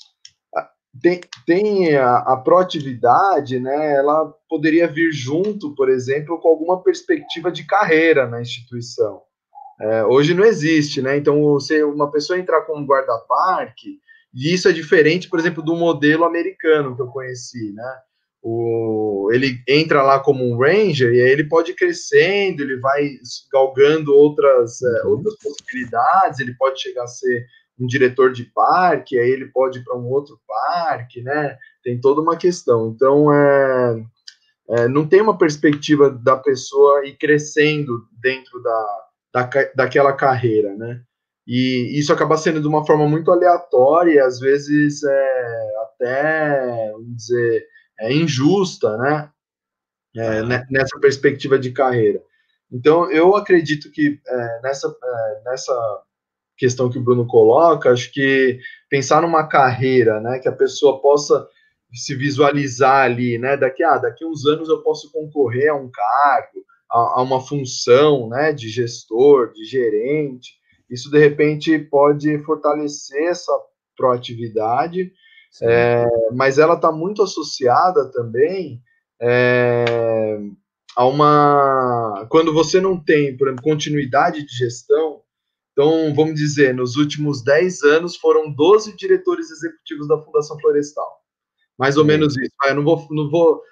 tem tem a, a proatividade, né? Ela poderia vir junto, por exemplo, com alguma perspectiva de carreira na instituição. É, hoje não existe, né? Então, se uma pessoa entrar como guarda-parque, e isso é diferente, por exemplo, do modelo americano que eu conheci, né? O, ele entra lá como um ranger e aí ele pode ir crescendo, ele vai galgando outras, uhum. é, outras possibilidades, ele pode chegar a ser um diretor de parque, aí ele pode ir para um outro parque, né? Tem toda uma questão. Então, é, é, não tem uma perspectiva da pessoa ir crescendo dentro da, da, daquela carreira, né? E isso acaba sendo de uma forma muito aleatória e às vezes é, até, vamos dizer, é injusta, né? É, uhum. Nessa perspectiva de carreira. Então, eu acredito que é, nessa, é, nessa questão que o Bruno coloca, acho que pensar numa carreira, né, que a pessoa possa se visualizar ali, né, daqui, ah, daqui uns anos eu posso concorrer a um cargo, a, a uma função, né, de gestor, de gerente, isso de repente pode fortalecer essa proatividade, é, mas ela está muito associada também é, a uma... Quando você não tem, por exemplo, continuidade de gestão, então, vamos dizer, nos últimos dez anos foram doze diretores executivos da Fundação Florestal. Mais ou Sim. menos isso. Eu não vou... Não vou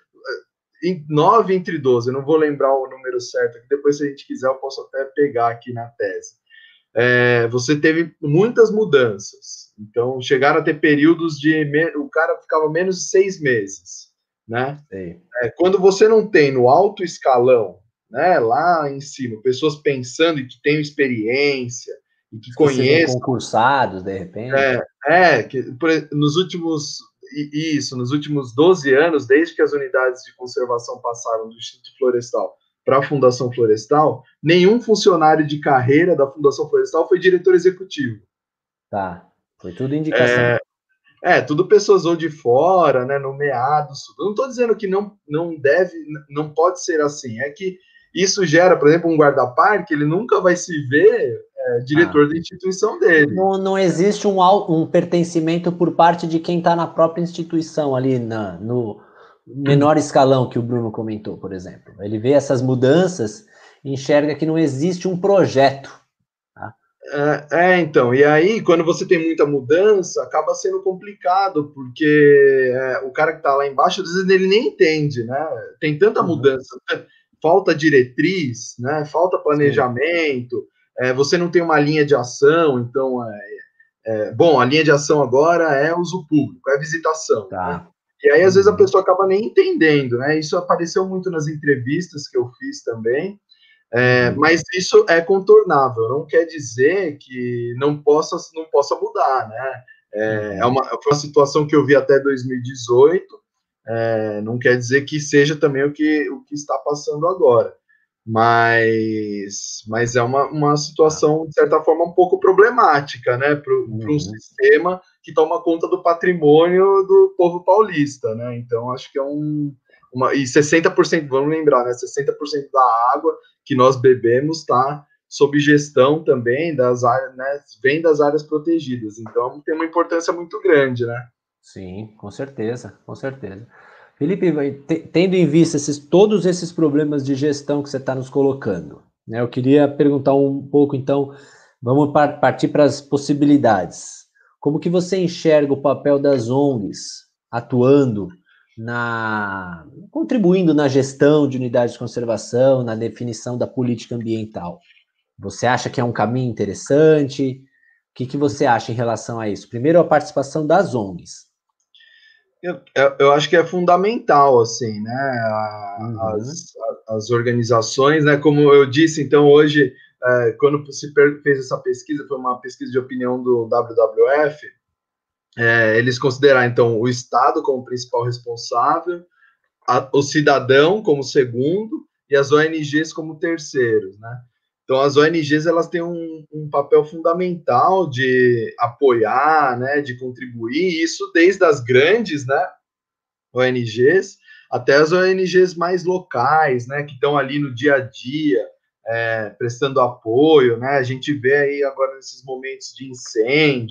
nove entre doze, eu não vou lembrar o número certo, que depois, se a gente quiser, eu posso até pegar aqui na tese. É, você teve muitas mudanças. Então, chegaram a ter períodos de... O cara ficava menos de seis meses, né? É, quando você não tem no alto escalão, né, lá em cima, pessoas pensando e que tenham experiência e que conheçam... concursados, de repente. É, é que por, nos últimos... Isso, nos últimos doze anos, desde que as unidades de conservação passaram do Instituto Florestal para a Fundação Florestal, nenhum funcionário de carreira da Fundação Florestal foi diretor executivo. Tá, foi tudo indicação. É, é tudo pessoas ou de fora, né, nomeados. Eu não estou dizendo que não, não deve, não pode ser assim, é que isso gera, por exemplo, um guarda-parque, ele nunca vai se ver é, diretor ah. da instituição dele. Não, não existe um, um pertencimento por parte de quem está na própria instituição ali, na, no menor escalão que o Bruno comentou, por exemplo. Ele vê essas mudanças e enxerga que não existe um projeto. Tá? É, é, então, e aí, quando você tem muita mudança, acaba sendo complicado, porque é, o cara que está lá embaixo, às vezes, ele nem entende, né? Tem tanta uhum. mudança, falta diretriz, né? Falta planejamento, é, você não tem uma linha de ação, então, é, é, bom, a linha de ação agora é uso público, é visitação. Tá. Né? E aí, às vezes, a pessoa acaba nem entendendo, né? Isso apareceu muito nas entrevistas que eu fiz também, é, uhum. mas isso é contornável, não quer dizer que não possa, não possa mudar, né? É, uhum. é uma, foi uma situação que eu vi até dois mil e dezoito, é, não quer dizer que seja também o que, o que está passando agora, mas, mas é uma, uma situação, de certa forma, um pouco problemática, né, para uhum. um sistema que toma conta do patrimônio do povo paulista, né, então acho que é um, uma, e sessenta por cento, vamos lembrar, né, sessenta por cento da água que nós bebemos está sob gestão também das áreas, né, vem das áreas protegidas, então tem uma importância muito grande, né. Sim, com certeza, com certeza. Felipe, tendo em vista esses, todos esses problemas de gestão que você está nos colocando, né, eu queria perguntar um pouco, então, vamos partir para as possibilidades. Como que você enxerga o papel das O N Gs atuando, na, contribuindo na gestão de unidades de conservação, na definição da política ambiental? Você acha que é um caminho interessante? O que, que você acha em relação a isso? Primeiro, a participação das O N Gs. Eu, eu acho que é fundamental, assim, né, a, uhum. as, as organizações, né, como eu disse, então, hoje, é, quando se fez essa pesquisa, foi uma pesquisa de opinião do W W F, é, eles consideraram, então, o Estado como principal responsável, a, o cidadão como segundo, e as O N Gs como terceiros, né. Então, as O N Gs, elas têm um, um papel fundamental de apoiar, né, de contribuir, isso desde as grandes, né, O N Gs, até as O N Gs mais locais, né, que estão ali no dia a dia, é, prestando apoio, né, a gente vê aí agora nesses momentos de incêndio,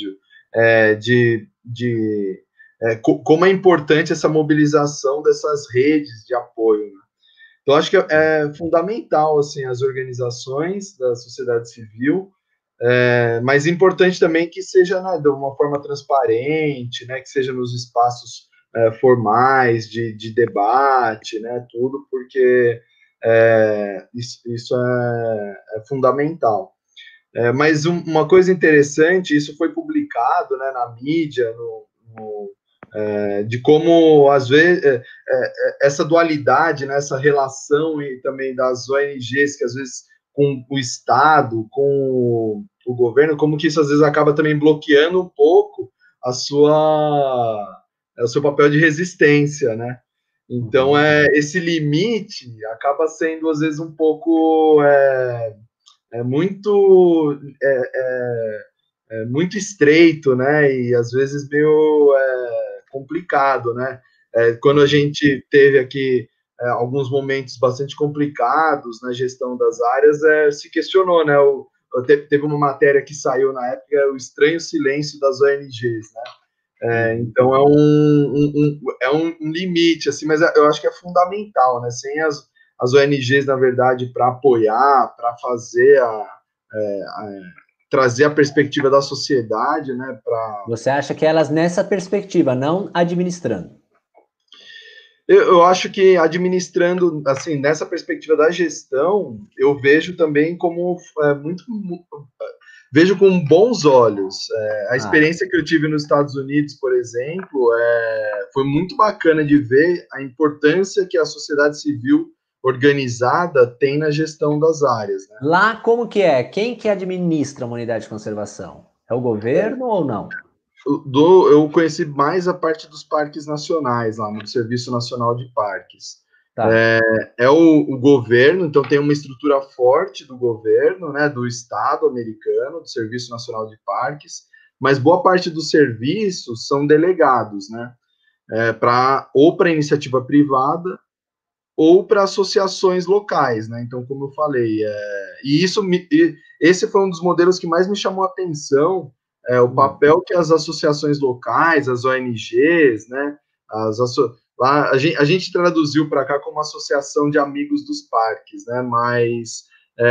é, de, de é, co como é importante essa mobilização dessas redes de apoio, né? Então, acho que é, é fundamental, assim, as organizações da sociedade civil, é, mas importante também que seja, né, de uma forma transparente, né, que seja nos espaços é, formais de, de debate, né, tudo, porque é, isso, isso é, é fundamental. É, mas um, uma coisa interessante, isso foi publicado, né, na mídia, no, no, é, de como, às vezes, é, é, essa dualidade, né, essa relação e também das O N Gs, que às vezes com o Estado, com o, o governo, como que isso às vezes acaba também bloqueando um pouco a sua, o seu papel de resistência, né? Então, Uhum. é, esse limite acaba sendo, às vezes, um pouco... É, é muito é, é, é muito estreito, né? E às vezes meio é, complicado, né? É, quando a gente teve aqui é, alguns momentos bastante complicados na gestão das áreas, é, se questionou, né? O, teve uma matéria que saiu na época, o estranho silêncio das O N Gs, né? É, então é um, um, um, é um limite, assim, mas eu acho que é fundamental, né? Sem as, as O N Gs, na verdade, para apoiar, para fazer a, é, a, trazer a perspectiva da sociedade, né? Pra... Você acha que elas nessa perspectiva, não administrando? Eu, eu acho que administrando, assim, nessa perspectiva da gestão, eu vejo também como é, muito, vejo com bons olhos. É, a Ah, experiência que eu tive nos Estados Unidos, por exemplo, é, foi muito bacana de ver a importância que a sociedade civil organizada tem na gestão das áreas, né? lá como que é? Quem que administra uma unidade de conservação? É o governo ou não? Do, eu conheci mais a parte dos parques nacionais lá no Serviço Nacional de Parques. Tá. É, é o, o governo, então tem uma estrutura forte do governo, né, do Estado americano, do Serviço Nacional de Parques, mas boa parte dos serviços são delegados, né, é, pra, ou para iniciativa privada ou para associações locais, né? Então, como eu falei, é, e isso, me, e esse foi um dos modelos que mais me chamou a atenção, é, o Hum. papel que as associações locais, as O N Gs, né? As asso... Lá, a gente, a gente traduziu para cá como Associação de Amigos dos Parques, né? Mas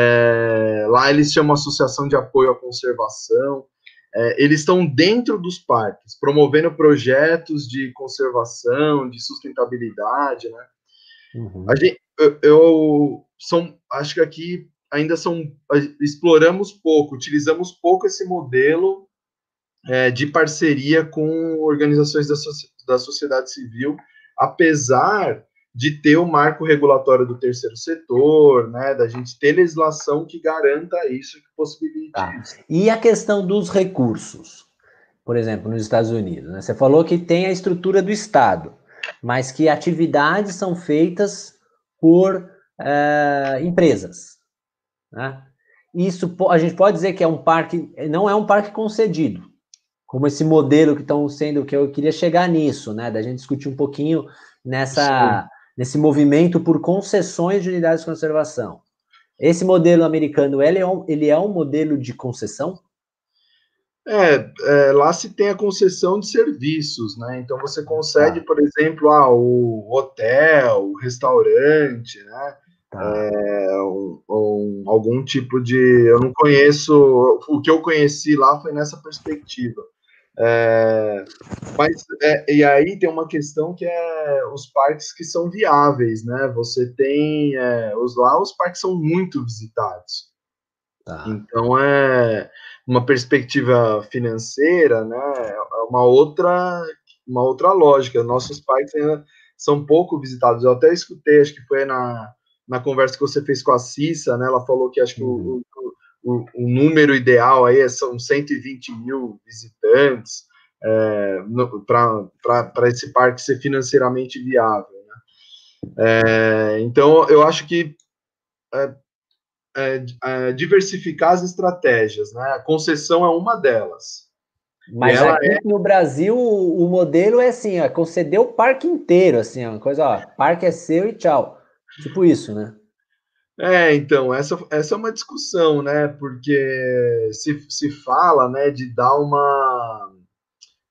é, lá eles chamam Associação de Apoio à Conservação. É, eles estão dentro dos parques, promovendo projetos de conservação, de sustentabilidade, né? A Uhum. gente, eu, eu são, acho que aqui ainda são exploramos pouco, utilizamos pouco esse modelo é, de parceria com organizações da, da sociedade civil, apesar de ter o marco regulatório do terceiro setor, né, da gente ter legislação que garanta isso, que possibilite Tá. isso. E a questão dos recursos, por exemplo, nos Estados Unidos, né? Você falou que tem a estrutura do Estado, mas que atividades são feitas por é, empresas, né? Isso a gente pode dizer que é um parque, não é um parque concedido, como esse modelo que estão sendo, que eu queria chegar nisso, né? Da gente discutir um pouquinho Sim. nessa, nesse movimento por concessões de unidades de conservação. Esse modelo americano, ele é um, ele é um modelo de concessão? É, é, lá se tem a concessão de serviços, né? Então você concede, Tá, por exemplo, ah, o hotel, o restaurante, né? tá. É, um, um, algum tipo de. Eu não conheço. O que eu conheci lá foi nessa perspectiva. É, mas é, e aí tem uma questão que é os parques que são viáveis, né? Você tem é, os lá, os parques são muito visitados. Tá. Então, é uma perspectiva financeira, né? É uma outra, uma outra lógica. Nossos parques ainda são pouco visitados. Eu até escutei, acho que foi na, na conversa que você fez com a Cissa, né? Ela falou que acho que Uhum. o, o, o número ideal aí são cento e vinte mil visitantes é, para esse parque ser financeiramente viável. Né? É, então, eu acho que é, é, é, diversificar as estratégias, né? A concessão é uma delas. E Mas ela é, aqui no Brasil, o, o modelo é assim, ó, conceder o parque inteiro, assim, ó, uma coisa, ó, parque é seu e tchau. Tipo isso, né? é então, essa, essa é uma discussão, né? Porque se, se fala, né, de dar uma.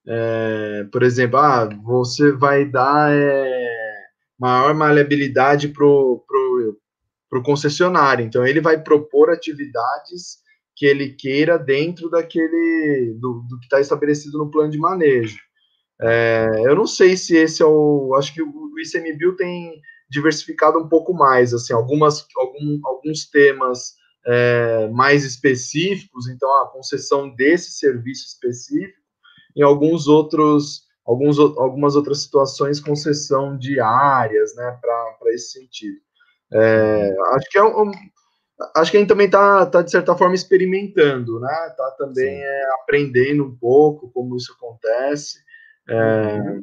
é, por exemplo, ah, você vai dar é, maior maleabilidade para o concessionário, então ele vai propor atividades que ele queira dentro daquele do, do que está estabelecido no plano de manejo. É, eu não sei se esse é o. Acho que o ICMBio tem diversificado um pouco mais, assim, algumas, algum, alguns temas é, mais específicos, então a concessão desse serviço específico, em alguns outros, alguns, algumas outras situações, concessão de áreas, né, para esse sentido. É, acho que é um, acho que a gente também está, tá, de certa forma, experimentando, né? Está também é, aprendendo um pouco como isso acontece. É, uhum.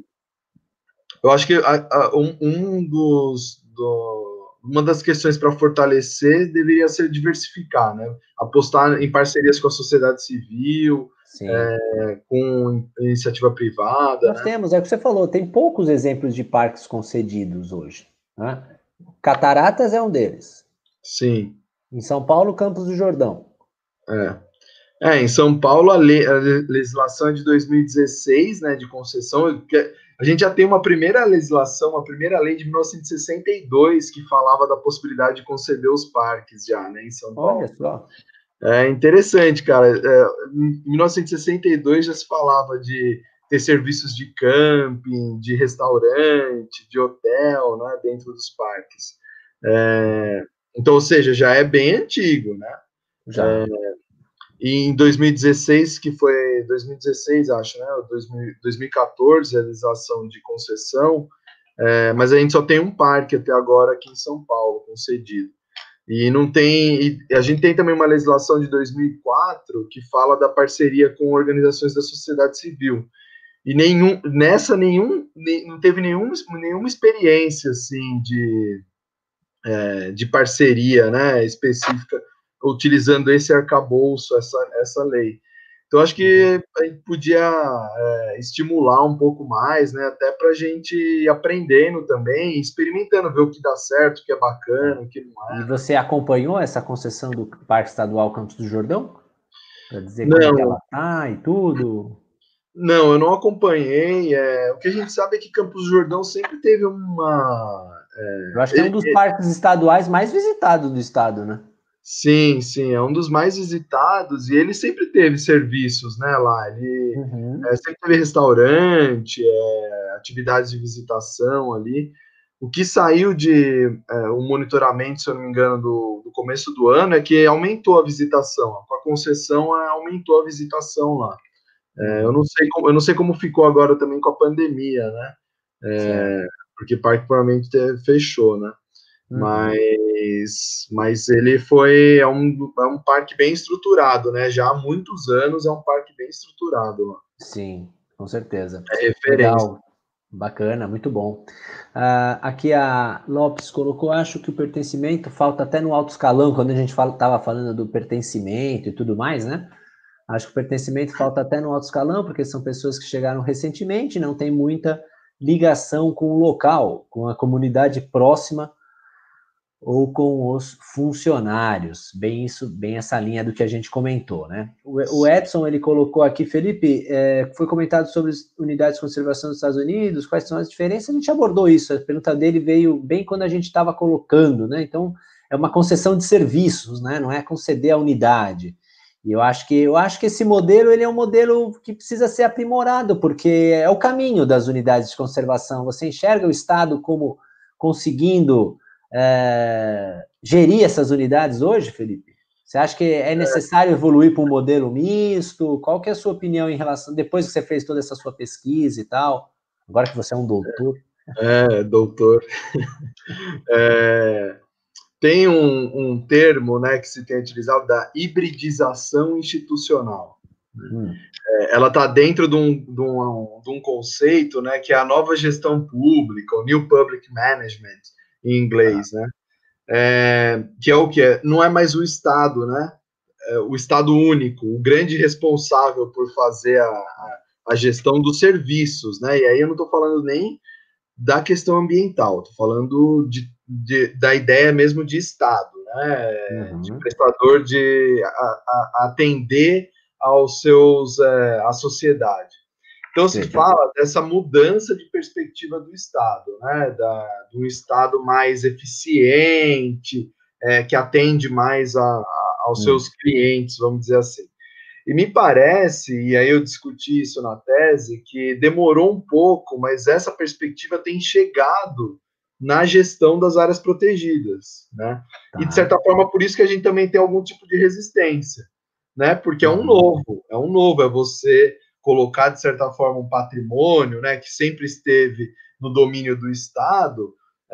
Eu acho que a, a, um, um dos, do, uma das questões para fortalecer deveria ser diversificar, né? Apostar em parcerias com a sociedade civil, é, com iniciativa privada. Nós né? temos, é o que você falou, tem poucos exemplos de parques concedidos hoje. Né? Cataratas é um deles. Sim. Em São Paulo, Campos do Jordão. É. É, em São Paulo, a, lei, a legislação é de dois mil e dezesseis, né, de concessão. A gente já tem uma primeira legislação, uma primeira lei de mil novecentos e sessenta e dois que falava da possibilidade de conceder os parques já, né, em São Paulo. Olha só. É interessante, cara. É, em mil novecentos e sessenta e dois já se falava de ter serviços de camping, de restaurante, de hotel, né, dentro dos parques. É, então, ou seja, já é bem antigo, né? Já. É, e em dois mil e dezesseis, que foi dois mil e dezesseis, acho, né? dois mil e quatorze, a legislação de concessão, é, mas a gente só tem um parque até agora aqui em São Paulo, concedido. E não tem. E a gente tem também uma legislação de dois mil e quatro que fala da parceria com organizações da sociedade civil. E nenhum, nessa nenhum, nem, não teve nenhum, nenhuma experiência assim de, é, de parceria, né, específica utilizando esse arcabouço, essa, essa lei. Então, acho que a gente podia é, estimular um pouco mais, né, até para a gente ir aprendendo também, experimentando, ver o que dá certo, o que é bacana, o que não é. E você acompanhou essa concessão do Parque Estadual Campos do Jordão? Para dizer não, como é que ela tá e tudo? Não, eu não acompanhei. É, o que a gente sabe é que Campos do Jordão sempre teve uma... É, eu acho que é um dos parques estaduais mais visitados do estado, né? Sim, sim, é um dos mais visitados e ele sempre teve serviços, né, lá. Ele uhum. é, sempre teve restaurante, é, atividades de visitação ali. O que saiu de é, um monitoramento, se eu não me engano, do, do começo do ano é que aumentou a visitação. Com a concessão, aumentou a visitação lá. É, eu, não sei como, eu não sei como ficou agora também com a pandemia, né? É, porque parque provavelmente fechou, né? Uhum. Mas, mas ele foi é um, é um parque bem estruturado, né? Já há muitos anos é um parque bem estruturado lá. Sim, com certeza. É referência. Legal. Bacana, muito bom. Uh, aqui a Lopes colocou, acho que o pertencimento falta até no alto escalão, quando a gente estava fala, falando do pertencimento e tudo mais, né? Acho que o pertencimento falta até no alto escalão, porque são pessoas que chegaram recentemente, não tem muita ligação com o local, com a comunidade próxima ou com os funcionários, bem isso, bem essa linha do que a gente comentou, né? O, o Edson, ele colocou aqui, Felipe, é, foi comentado sobre as unidades de conservação dos Estados Unidos, quais são as diferenças, a gente abordou isso, a pergunta dele veio bem quando a gente estava colocando, né? Então, é uma concessão de serviços, né? Não é conceder a unidade. E eu acho que eu acho que esse modelo ele é um modelo que precisa ser aprimorado, porque é o caminho das unidades de conservação. Você enxerga o Estado como conseguindo é, gerir essas unidades hoje, Felipe? Você acha que é necessário evoluir para um modelo misto? Qual que é a sua opinião em relação, depois que você fez toda essa sua pesquisa e tal, agora que você é um doutor? É, doutor. É, tem um, um termo, né, que se tem utilizado da hibridização institucional. Hum. É, ela está dentro de um, de, um, de um conceito, né, que é a nova gestão pública, o New Public Management, em inglês, ah. né? É, que é o que é, não é mais o Estado, né? É o Estado único, o grande responsável por fazer a, a, a gestão dos serviços, né? E aí eu não estou falando nem da questão ambiental, estou falando de, de, da ideia mesmo de Estado, né? Uhum. De prestador de a, a, atender aos seus é, à sociedade. Então, se fala dessa mudança de perspectiva do Estado, né? Da, de um Estado mais eficiente, é, que atende mais a, a, aos hum. seus clientes, vamos dizer assim. E me parece, e aí eu discuti isso na tese, que demorou um pouco, mas essa perspectiva tem chegado na gestão das áreas protegidas, né? Tá. E, de certa forma, por isso que a gente também tem algum tipo de resistência, né? Porque é um novo, é um novo, é você colocar, de certa forma, um patrimônio, né, que sempre esteve no domínio do Estado,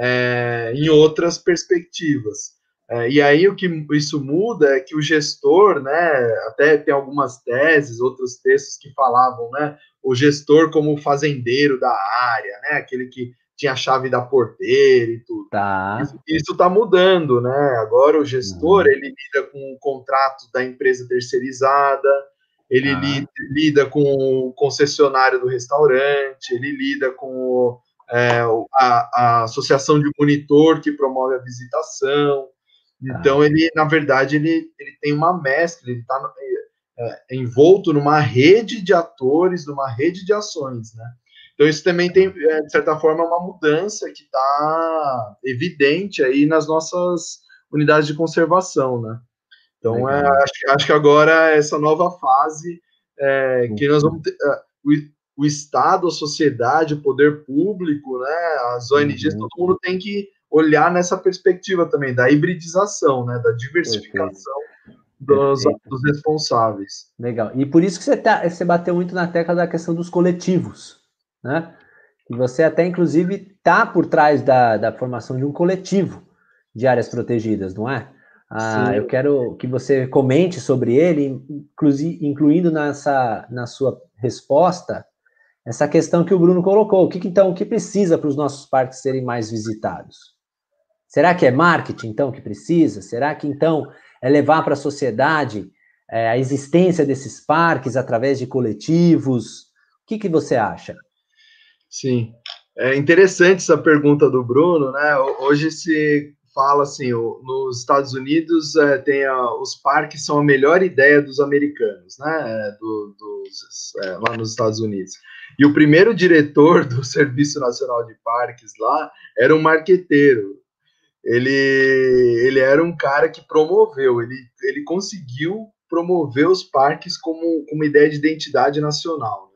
é, em outras perspectivas. É, e aí o que isso muda é que o gestor, né, até tem algumas teses, outros textos que falavam, né, o gestor como fazendeiro da área, né, aquele que tinha a chave da porteira e tudo. Tá. Isso está mudando, né? Agora o gestor, uhum. ele lida com o contrato da empresa terceirizada, ele ah. lida, lida com o concessionário do restaurante, ele lida com é, a, a associação de monitor que promove a visitação. Então, ah. ele, na verdade, ele, ele tem uma mescla, ele está é, envolto numa rede de atores, numa rede de ações, né? Então, isso também tem, de certa forma, uma mudança que está evidente aí nas nossas unidades de conservação, né? Então, é, acho, acho que agora essa nova fase é, que nós vamos ter, é, o, o Estado, a sociedade, o poder público, né, as O N Gs, uhum. todo mundo tem que olhar nessa perspectiva também da hibridização, né, da diversificação dos, dos responsáveis. Legal. E por isso que você, tá, você bateu muito na tecla da questão dos coletivos, né? E você até, inclusive, está por trás da, da formação de um coletivo de áreas protegidas, não é? Ah, eu quero que você comente sobre ele, incluindo nessa, na sua resposta, essa questão que o Bruno colocou. O que, então, o que precisa para os nossos parques serem mais visitados? Será que é marketing, então, que precisa? Será que, então, é levar para a sociedade é, a existência desses parques através de coletivos? O que, que você acha? Sim, é interessante essa pergunta do Bruno, né? Hoje se fala assim, nos Estados Unidos é, tem a, os parques são a melhor ideia dos americanos, né? Do, dos, é, lá nos Estados Unidos. E o primeiro diretor do Serviço Nacional de Parques lá era um marqueteiro. Ele, ele era um cara que promoveu, ele, ele conseguiu promover os parques como, como uma ideia de identidade nacional.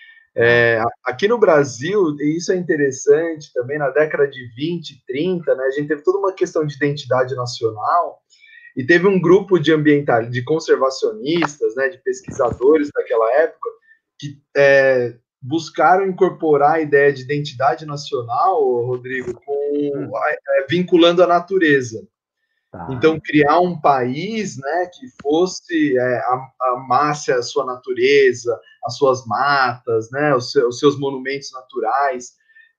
É, aqui no Brasil, e isso é interessante também, na década de vinte, trinta, né, a gente teve toda uma questão de identidade nacional e teve um grupo de ambiental, de conservacionistas, né, de pesquisadores daquela época que é, buscaram incorporar a ideia de identidade nacional, Rodrigo, com, é, vinculando a natureza. Tá. Então, criar um país, né, que fosse, é, amasse a sua natureza, as suas matas, né, os, seus, os seus monumentos naturais.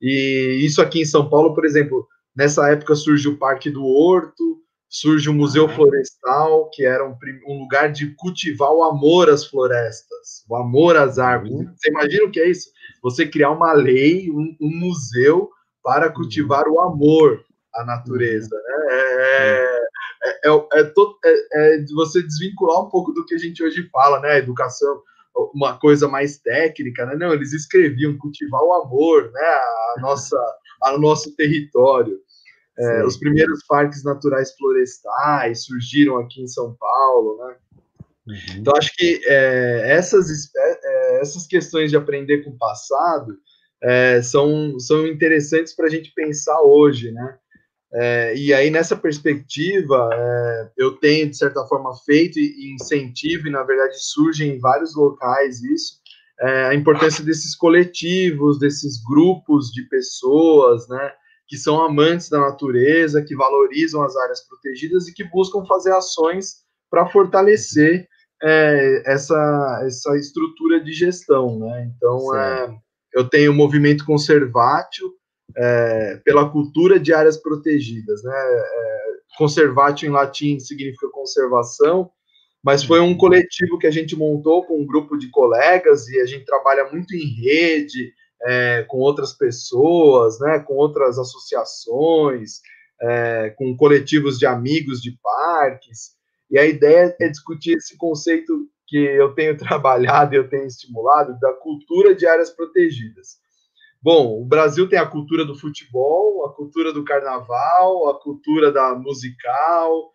E isso aqui em São Paulo, por exemplo, nessa época surge o Parque do Horto, surge o Museu ah. Florestal, que era um, um lugar de cultivar o amor às florestas, o amor às árvores. Uhum. Você imagina o que é isso? Você criar uma lei, um, um museu para cultivar uhum. o amor à natureza, uhum. né? É, é, é, é, to, é, é você desvincular um pouco do que a gente hoje fala, né? Educação, uma coisa mais técnica, né? Não, eles escreviam cultivar o amor, né? A nossa, ao nosso território. É, os primeiros parques naturais florestais surgiram aqui em São Paulo, né? Uhum. Então, acho que é, essas, é, essas questões de aprender com o passado é, são, são interessantes para a gente pensar hoje, né? É, e aí, nessa perspectiva, é, eu tenho, de certa forma, feito e incentivo, e, na verdade, surge em vários locais isso, é, a importância desses coletivos, desses grupos de pessoas, né, que são amantes da natureza, que valorizam as áreas protegidas e que buscam fazer ações para fortalecer é, essa, essa estrutura de gestão, né? Então, é, eu tenho o movimento Conservatio, É, pela cultura de áreas protegidas, né? É, conservatio em latim significa conservação, mas foi um coletivo que a gente montou com um grupo de colegas e a gente trabalha muito em rede, é, com outras pessoas, né? Com outras associações, é, com coletivos de amigos de parques, e a ideia é discutir esse conceito que eu tenho trabalhado e eu tenho estimulado da cultura de áreas protegidas. Bom, o Brasil tem a cultura do futebol, a cultura do carnaval, a cultura da musical,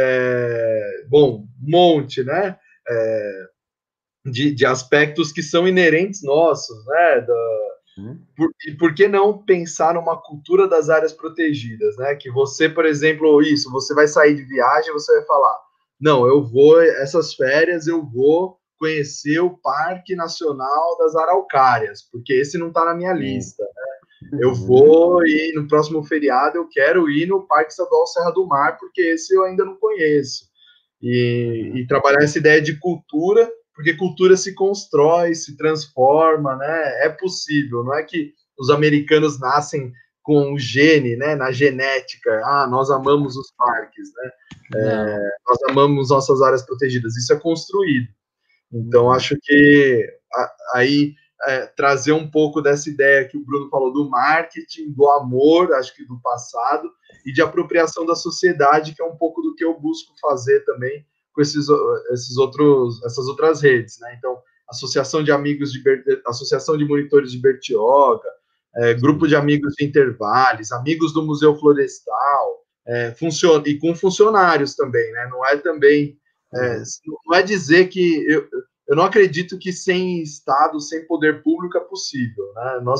é, bom, um monte, né? É, de, de aspectos que são inerentes nossos, né? Da, hum. por, e por que não pensar numa cultura das áreas protegidas, né? Que você, por exemplo, isso, você vai sair de viagem, você vai falar, não, eu vou, essas férias eu vou conhecer o Parque Nacional das Araucárias, porque esse não está na minha lista, né? Eu vou ir no próximo feriado, eu quero ir no Parque Estadual Serra do Mar, porque esse eu ainda não conheço. E, e trabalhar essa ideia de cultura, porque cultura se constrói, se transforma, né? É possível, não é que os americanos nascem com o gene, né? Na genética, ah, nós amamos os parques, né? É, nós amamos nossas áreas protegidas, isso é construído. Então, acho que aí é, trazer um pouco dessa ideia que o Bruno falou do marketing, do amor, acho que do passado, e de apropriação da sociedade, que é um pouco do que eu busco fazer também com esses, esses outros, essas outras redes, né? Então, associação de amigos de associação de monitores de Bertioga, é, grupo de amigos de Intervales, amigos do Museu Florestal, é, funciona, e com funcionários também, né? Não é também É, não é dizer que eu, eu não acredito que sem Estado, sem poder público é possível, né? Nós,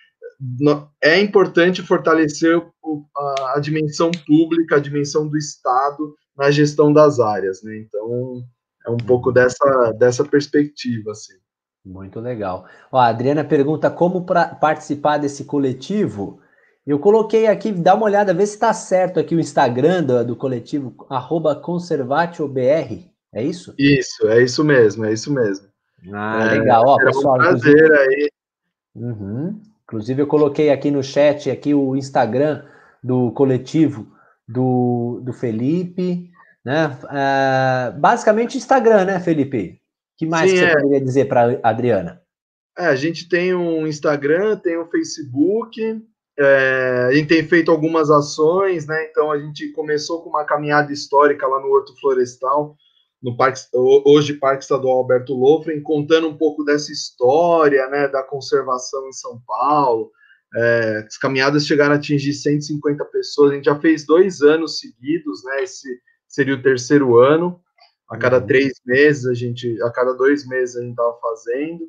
é importante fortalecer a, a dimensão pública, a dimensão do Estado na gestão das áreas, né? Então, é um pouco dessa, dessa perspectiva, assim. Muito legal. Ó, a Adriana pergunta como pra participar desse coletivo. Eu coloquei aqui, dá uma olhada, vê se está certo aqui o Instagram do, do coletivo, arroba conservatiobr, é isso? Isso, é isso mesmo, é isso mesmo. Ah, é, legal. Ó, pessoal, um prazer inclusive... aí. Uhum. Inclusive, eu coloquei aqui no chat aqui o Instagram do coletivo do, do Felipe, né? Uh, basicamente Instagram, né, Felipe? O que mais Sim, que você é. poderia dizer para a Adriana? É, a gente tem um Instagram, tem um Facebook, é, a gente tem feito algumas ações, né? Então a gente começou com uma caminhada histórica lá no Horto Florestal, no parque, hoje Parque Estadual Alberto Lofren, contando um pouco dessa história, né, da conservação em São Paulo. É, as caminhadas chegaram a atingir cento e cinquenta pessoas, a gente já fez dois anos seguidos, né? Esse seria o terceiro ano. A cada uhum. três meses, a gente, a cada dois meses a gente estava fazendo.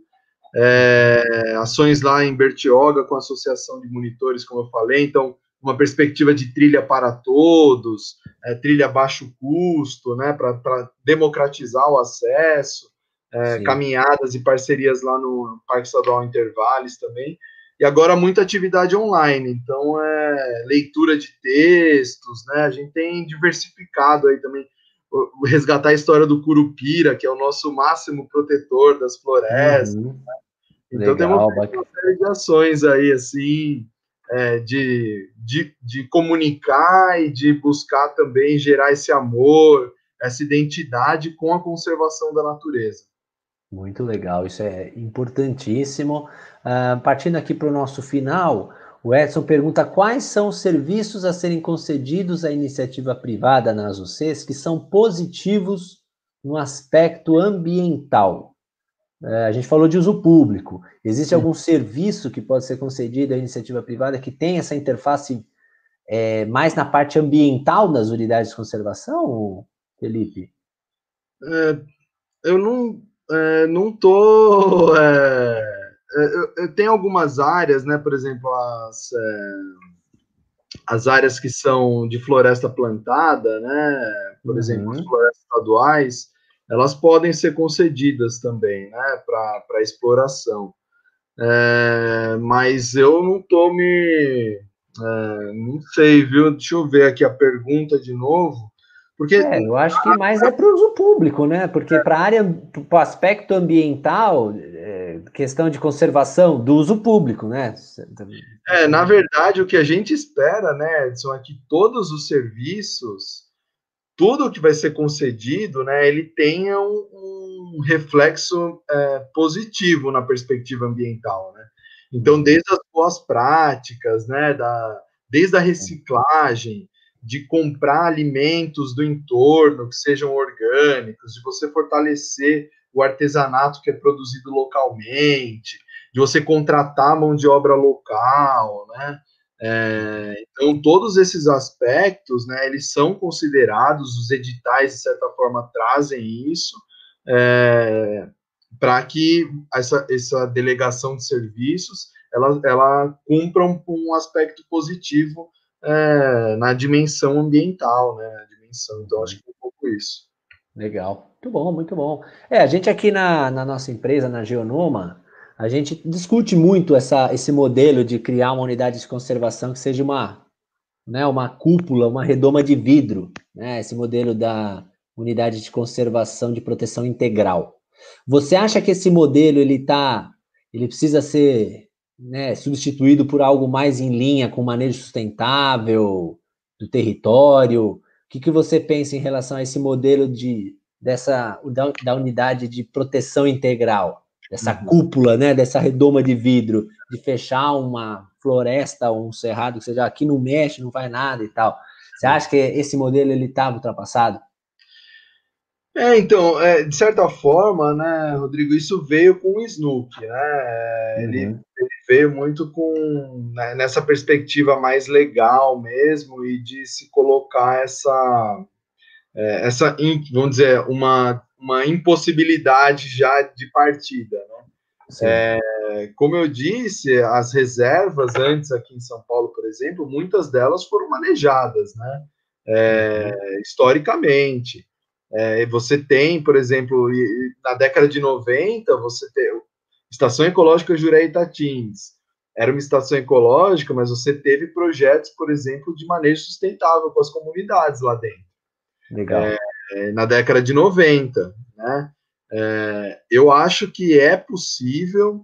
É, ações lá em Bertioga com a Associação de Monitores, como eu falei, então uma perspectiva de trilha para todos, é, trilha a baixo custo, né, para democratizar o acesso, é, caminhadas e parcerias lá no Parque Estadual Intervales também, e agora muita atividade online, então é leitura de textos, né, a gente tem diversificado aí também, resgatar a história do Curupira, que é o nosso máximo protetor das florestas, uhum. né? Então Legal, temos uma série de ações aí, assim, é, de, de, de comunicar e de buscar também gerar esse amor, essa identidade com a conservação da natureza. Muito legal, isso é importantíssimo. Uh, partindo aqui para o nosso final, o Edson pergunta quais são os serviços a serem concedidos à iniciativa privada na ASUCES que são positivos no aspecto ambiental. Uh, a gente falou de uso público. Existe Sim. algum serviço que pode ser concedido à iniciativa privada que tem essa interface é, mais na parte ambiental das unidades de conservação, Felipe? É, eu não, é, não tô... É, eu, eu tenho algumas áreas, né? Por exemplo, as... É, as áreas que são de floresta plantada, né, por uhum. exemplo, as florestas estaduais, elas podem ser concedidas também, né, para exploração. É, mas eu não estou me... É, não sei, viu? Deixa eu ver aqui a pergunta de novo. Porque é, eu acho que mais é para o uso público, né? Porque para a área, para o aspecto ambiental, é, questão de conservação do uso público, né? É, na verdade, o que a gente espera, né, Edson, é que todos os serviços, tudo que vai ser concedido, né, ele tenha um, um reflexo é, positivo na perspectiva ambiental, né? Então, desde as boas práticas, né, da, desde a reciclagem, de comprar alimentos do entorno que sejam orgânicos, de você fortalecer o artesanato que é produzido localmente, de você contratar mão de obra local, né? É, então, todos esses aspectos, né, eles são considerados, os editais, de certa forma, trazem isso, é, para que essa, essa delegação de serviços, ela, ela cumpra um, um aspecto positivo é, na dimensão ambiental, né, na dimensão, então, acho que é um pouco isso. Legal, muito bom, muito bom. É, a gente aqui na, na nossa empresa, na Geonoma, a gente discute muito essa, esse modelo de criar uma unidade de conservação que seja uma, né, uma cúpula, uma redoma de vidro, né, esse modelo da unidade de conservação de proteção integral. Você acha que esse modelo ele tá, ele precisa ser, né, substituído por algo mais em linha com manejo sustentável do território? O que, que você pensa em relação a esse modelo de, dessa, da, da unidade de proteção integral, dessa Uhum. cúpula, né, dessa redoma de vidro, de fechar uma floresta ou um cerrado, que seja aqui não mexe, não faz nada e tal. Você acha que esse modelo ele está ultrapassado? É, então, é, de certa forma, né, Rodrigo, isso veio com o Snook, né? Ele, Uhum. ele veio muito com, né, nessa perspectiva mais legal mesmo e de se colocar essa, é, essa in- vamos dizer, uma, uma impossibilidade já de partida, né? Sim. É, como eu disse, as reservas antes aqui em São Paulo, por exemplo, muitas delas foram manejadas, né? Uhum. É, historicamente. É, você tem, por exemplo, na década de noventa, você tem Estação Ecológica Juré Itatins. Era uma estação ecológica, mas você teve projetos, por exemplo, de manejo sustentável com as comunidades lá dentro. Legal. É, na década de noventa, né? É, eu acho que é possível,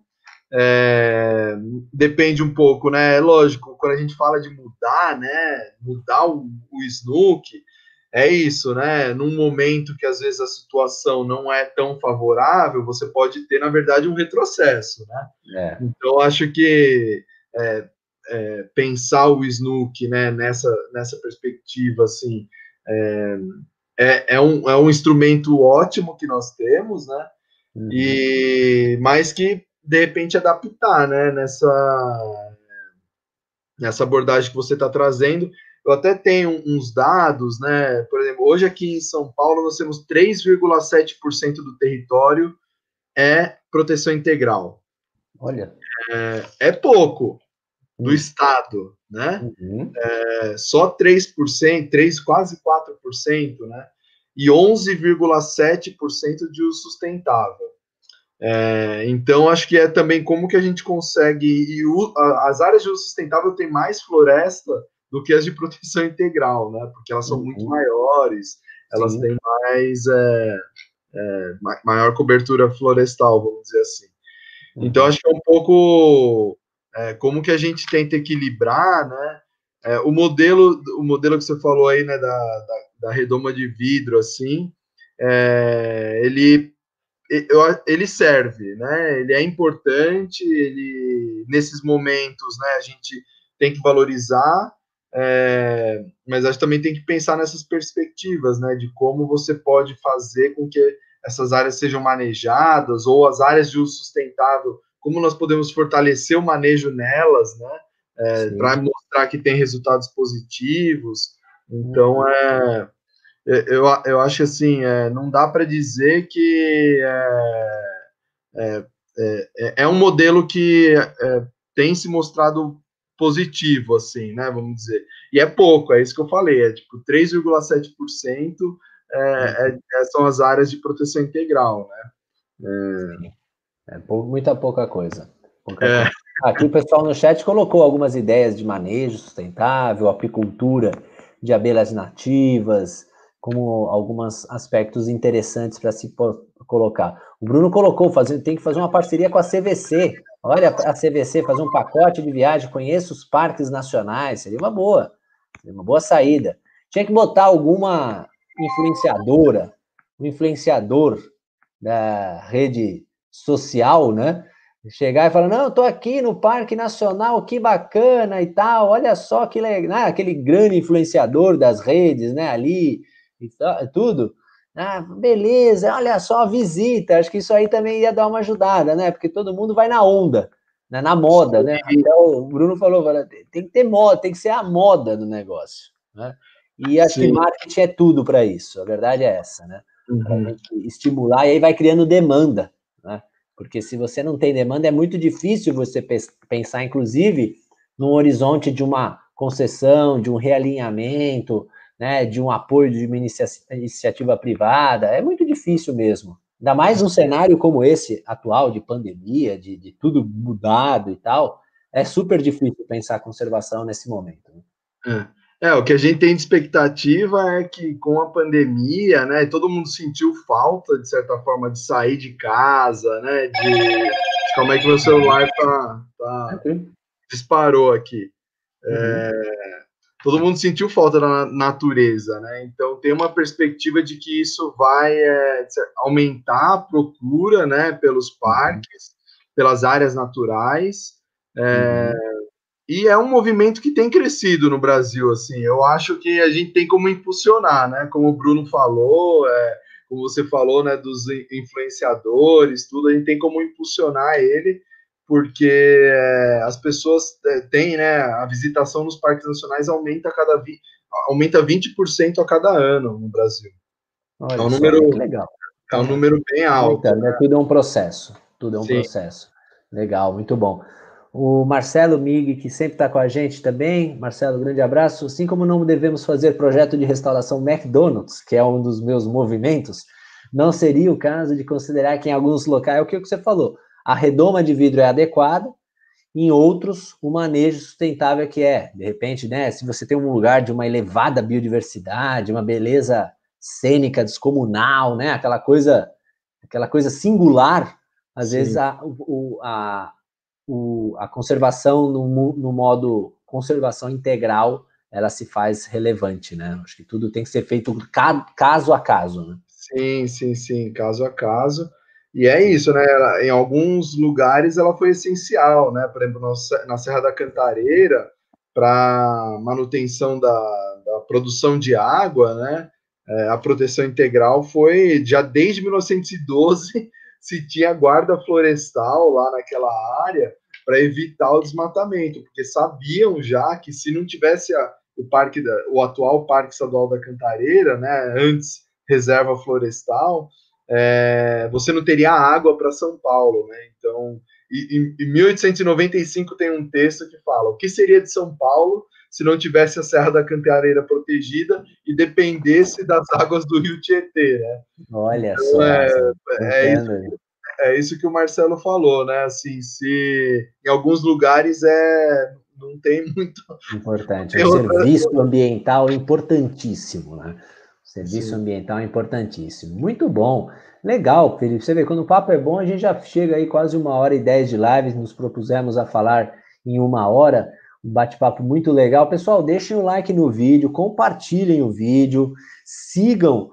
é, depende um pouco, né? Lógico, quando a gente fala de mudar, né? Mudar o, o Snook, é isso, né? Num momento que às vezes a situação não é tão favorável, você pode ter, na verdade, um retrocesso, né? É. Então, acho que é, é, pensar o Snook, né, nessa, nessa perspectiva, assim, é, é, é, um, é um instrumento ótimo que nós temos, né? Uhum. E mais que de repente adaptar, né, nessa nessa abordagem que você está trazendo. Eu até tenho uns dados, né? Por exemplo, hoje aqui em São Paulo nós temos três vírgula sete por cento do território é proteção integral. Olha. É, é pouco do Hum. estado, né? Uhum. É só três por cento, três, quase quatro por cento, né? E onze vírgula sete por cento de uso sustentável. É, então, acho que é também como que a gente consegue. E o, a, as áreas de uso sustentável têm mais floresta do que as de proteção integral, né? Porque elas são muito Uhum. maiores, elas Sim. têm mais é, é, maior cobertura florestal, vamos dizer assim. Então, Uhum. acho que é um pouco é, como que a gente tenta equilibrar, né? É, o modelo, o modelo que você falou aí, né, da, da, da redoma de vidro, assim, é, ele ele serve, né? Ele é importante, ele nesses momentos, né? A gente tem que valorizar, é, mas a gente também tem que pensar nessas perspectivas, né? De como você pode fazer com que essas áreas sejam manejadas ou as áreas de uso sustentável, como nós podemos fortalecer o manejo nelas, né? É, para Sim. mostrar que tem resultados positivos. Uhum. Então, é, eu, eu acho assim, é, não dá para dizer que é, é, é, é um modelo que é, tem se mostrado positivo, assim, né? Vamos dizer. E é pouco, é isso que eu falei, é tipo três vírgula sete por cento é, Uhum. é, são as áreas de proteção integral, né? Sim. É pou- muita pouca coisa. Pouca É, coisa. Aqui o pessoal no chat colocou algumas ideias de manejo sustentável, apicultura de abelhas nativas, como alguns aspectos interessantes para se po- colocar. O Bruno colocou, fazer, tem que fazer uma parceria com a C V C. Olha, a C V C fazer um pacote de viagem, conheça os parques nacionais, seria uma boa, seria uma boa saída. Tinha que botar alguma influenciadora, um influenciador da rede social, né? Chegar e falar, não, estou aqui no Parque Nacional, que bacana e tal, olha só que legal, ah, aquele grande influenciador das redes, né, ali, e tal, tudo. Ah, beleza, olha só, visita, acho que isso aí também ia dar uma ajudada, né? Porque todo mundo vai na onda, né? Na moda, né? Até o Bruno falou, tem que ter moda, tem que ser a moda do negócio, né? E acho que Sim. marketing é tudo para isso, a verdade é essa, né? Para a Uhum. gente estimular, e aí vai criando demanda, né? Porque se você não tem demanda, é muito difícil você pensar, inclusive, num horizonte de uma concessão, de um realinhamento, né, de um apoio de uma inicia iniciativa privada, é muito difícil mesmo. Ainda mais num cenário como esse atual, de pandemia, de, de tudo mudado e tal, é super difícil pensar conservação nesse momento. É. É, o que a gente tem de expectativa é que com a pandemia, né, todo mundo sentiu falta, de certa forma, de sair de casa, né, de... Como é que meu celular tá, tá... disparou aqui. É... Uhum. Todo mundo sentiu falta da natureza, né, então tem uma perspectiva de que isso vai é, aumentar a procura, né, pelos parques, pelas áreas naturais, é... uhum. E é um movimento que tem crescido no Brasil, assim, eu acho que a gente tem como impulsionar, né, como o Bruno falou, é, como você falou, né, dos influenciadores, tudo, a gente tem como impulsionar ele, porque é, as pessoas é, têm, né, a visitação nos parques nacionais aumenta, a cada vi, aumenta vinte por cento a cada ano no Brasil. Olha é um só, número, que legal. é um número bem alto. Né? Tudo é um processo, tudo é um Sim. processo. Legal, muito bom. O Marcelo Mig, que sempre está com a gente também. Marcelo, grande abraço. Assim como não devemos fazer projeto de restauração McDonald's, que é um dos meus movimentos, não seria o caso de considerar que em alguns locais, é o que você falou, a redoma de vidro é adequada, em outros, o manejo sustentável que é. De repente, né, se você tem um lugar de uma elevada biodiversidade, uma beleza cênica descomunal, né, aquela coisa, aquela coisa singular, às Sim. vezes a, o, a, o, a conservação no, no modo conservação integral, ela se faz relevante, né? Acho que tudo tem que ser feito caso a caso, né? Sim, sim, sim, caso a caso. E é isso, né? Em alguns lugares ela foi essencial, né? Por exemplo, na Serra da Cantareira, para manutenção da, da produção de água, né? É, a proteção integral foi já desde mil novecentos e doze se tinha guarda florestal lá naquela área para evitar o desmatamento, porque sabiam já que se não tivesse a, o parque da, o atual Parque Estadual da Cantareira, né? Antes reserva florestal, é, você não teria água para São Paulo, né? Então, em, em mil oitocentos e noventa e cinco tem um texto que fala o que seria de São Paulo se não tivesse a Serra da Cantareira protegida e dependesse das águas do Rio Tietê, né? Olha então, só, é, é, isso, que, é isso que o Marcelo falou, né? Assim, se em alguns lugares é não tem muito importante, tem o outra... serviço ambiental é importantíssimo, né? O serviço Sim. ambiental é importantíssimo. Muito bom. Legal, Felipe. Você vê, quando o papo é bom, a gente já chega aí quase uma hora e dez de lives, nos propusemos a falar em uma hora. Um bate-papo muito legal. Pessoal, deixem o like no vídeo, compartilhem o vídeo, sigam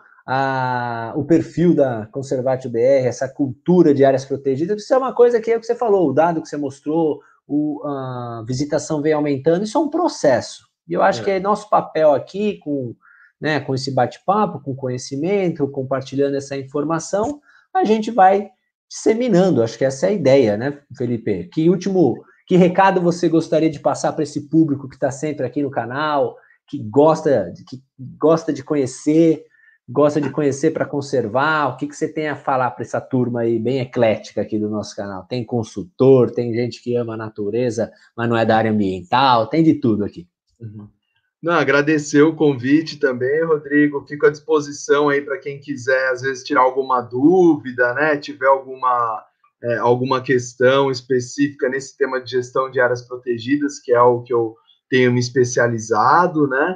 a, o perfil da Conservatio B R, essa cultura de áreas protegidas. Isso é uma coisa que é o que você falou, o dado que você mostrou, o, a visitação vem aumentando, isso é um processo. E eu acho é. que é nosso papel aqui, com, né, com esse bate-papo, com conhecimento, compartilhando essa informação, a gente vai disseminando. Acho que essa é a ideia, né, Felipe? Que último, que recado você gostaria de passar para esse público que está sempre aqui no canal, que gosta, que gosta de conhecer, gosta de conhecer para conservar? O que, que você tem a falar para essa turma aí, bem eclética aqui do nosso canal? Tem consultor, tem gente que ama a natureza, mas não é da área ambiental, tem de tudo aqui. Uhum. Não, agradecer o convite também, Rodrigo. Fico à disposição aí para quem quiser, às vezes, tirar alguma dúvida, né? Tiver alguma, é, alguma questão específica nesse tema de gestão de áreas protegidas, que é o que eu tenho me especializado, né?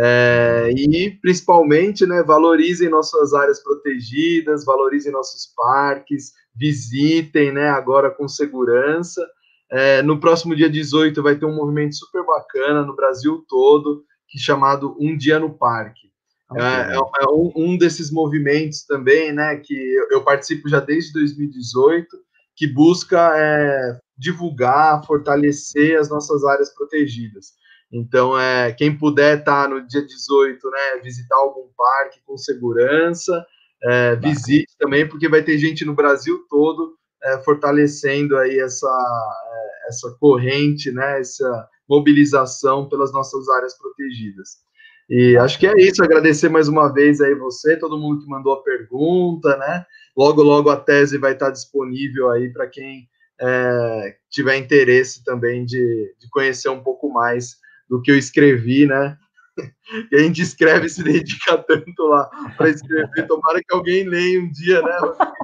É, e principalmente, né, valorizem nossas áreas protegidas, valorizem nossos parques, visitem, né, agora com segurança. É, no próximo dia dezoito vai ter um movimento super bacana no Brasil todo, que é chamado Um Dia no Parque. É, é, é um, um desses movimentos também, né, que eu, eu participo já desde dois mil e dezoito, que busca é, divulgar, fortalecer as nossas áreas protegidas. Então, é, quem puder estar no dia dezoito, né, visitar algum parque com segurança, é, visite também, porque vai ter gente no Brasil todo é, fortalecendo aí essa, é, essa corrente, né, essa mobilização pelas nossas áreas protegidas. E acho que é isso, agradecer mais uma vez aí você, todo mundo que mandou a pergunta, né? Logo, logo a tese vai estar disponível aí para quem é, tiver interesse também de, de conhecer um pouco mais do que eu escrevi, né? E a gente escreve e se dedica tanto lá para escrever, tomara que alguém leia um dia, né?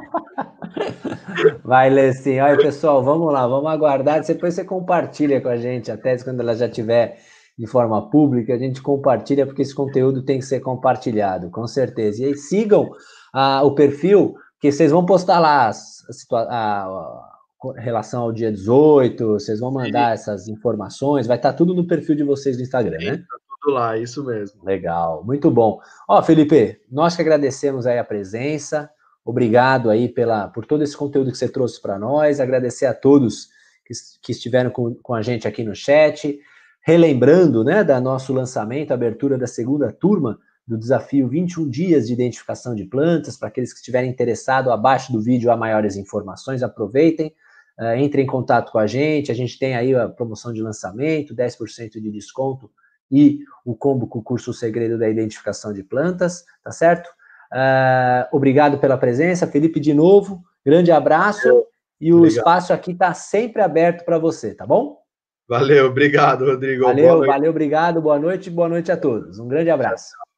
Vai ler sim. Olha, pessoal, vamos lá, vamos aguardar. Depois você compartilha com a gente a tese quando ela já estiver de forma pública, a gente compartilha, porque esse conteúdo tem que ser compartilhado, com certeza. E aí sigam ah, o perfil, que vocês vão postar lá a, a, a relação ao dia dezoito, vocês vão mandar essas informações, vai estar tudo no perfil de vocês no Instagram, né? Tá tudo lá, isso mesmo. Legal, muito bom. Ó, Felipe, nós que agradecemos aí a presença, obrigado aí pela, por todo esse conteúdo que você trouxe para nós, agradecer a todos que, que estiveram com, com a gente aqui no chat, relembrando, né, da nosso lançamento, a abertura da segunda turma do desafio vinte e um dias de identificação de plantas, para aqueles que estiverem interessados, abaixo do vídeo há maiores informações, aproveitem, uh, entrem em contato com a gente, a gente tem aí a promoção de lançamento, dez por cento de desconto e o combo com o curso O Segredo da Identificação de Plantas, tá certo? Uh, obrigado pela presença, Felipe, de novo, grande abraço, Eu, e o obrigado. Espaço aqui está sempre aberto para você, tá bom? Valeu, obrigado, Rodrigo. Valeu, valeu, obrigado, boa noite, boa noite a todos. Um grande abraço.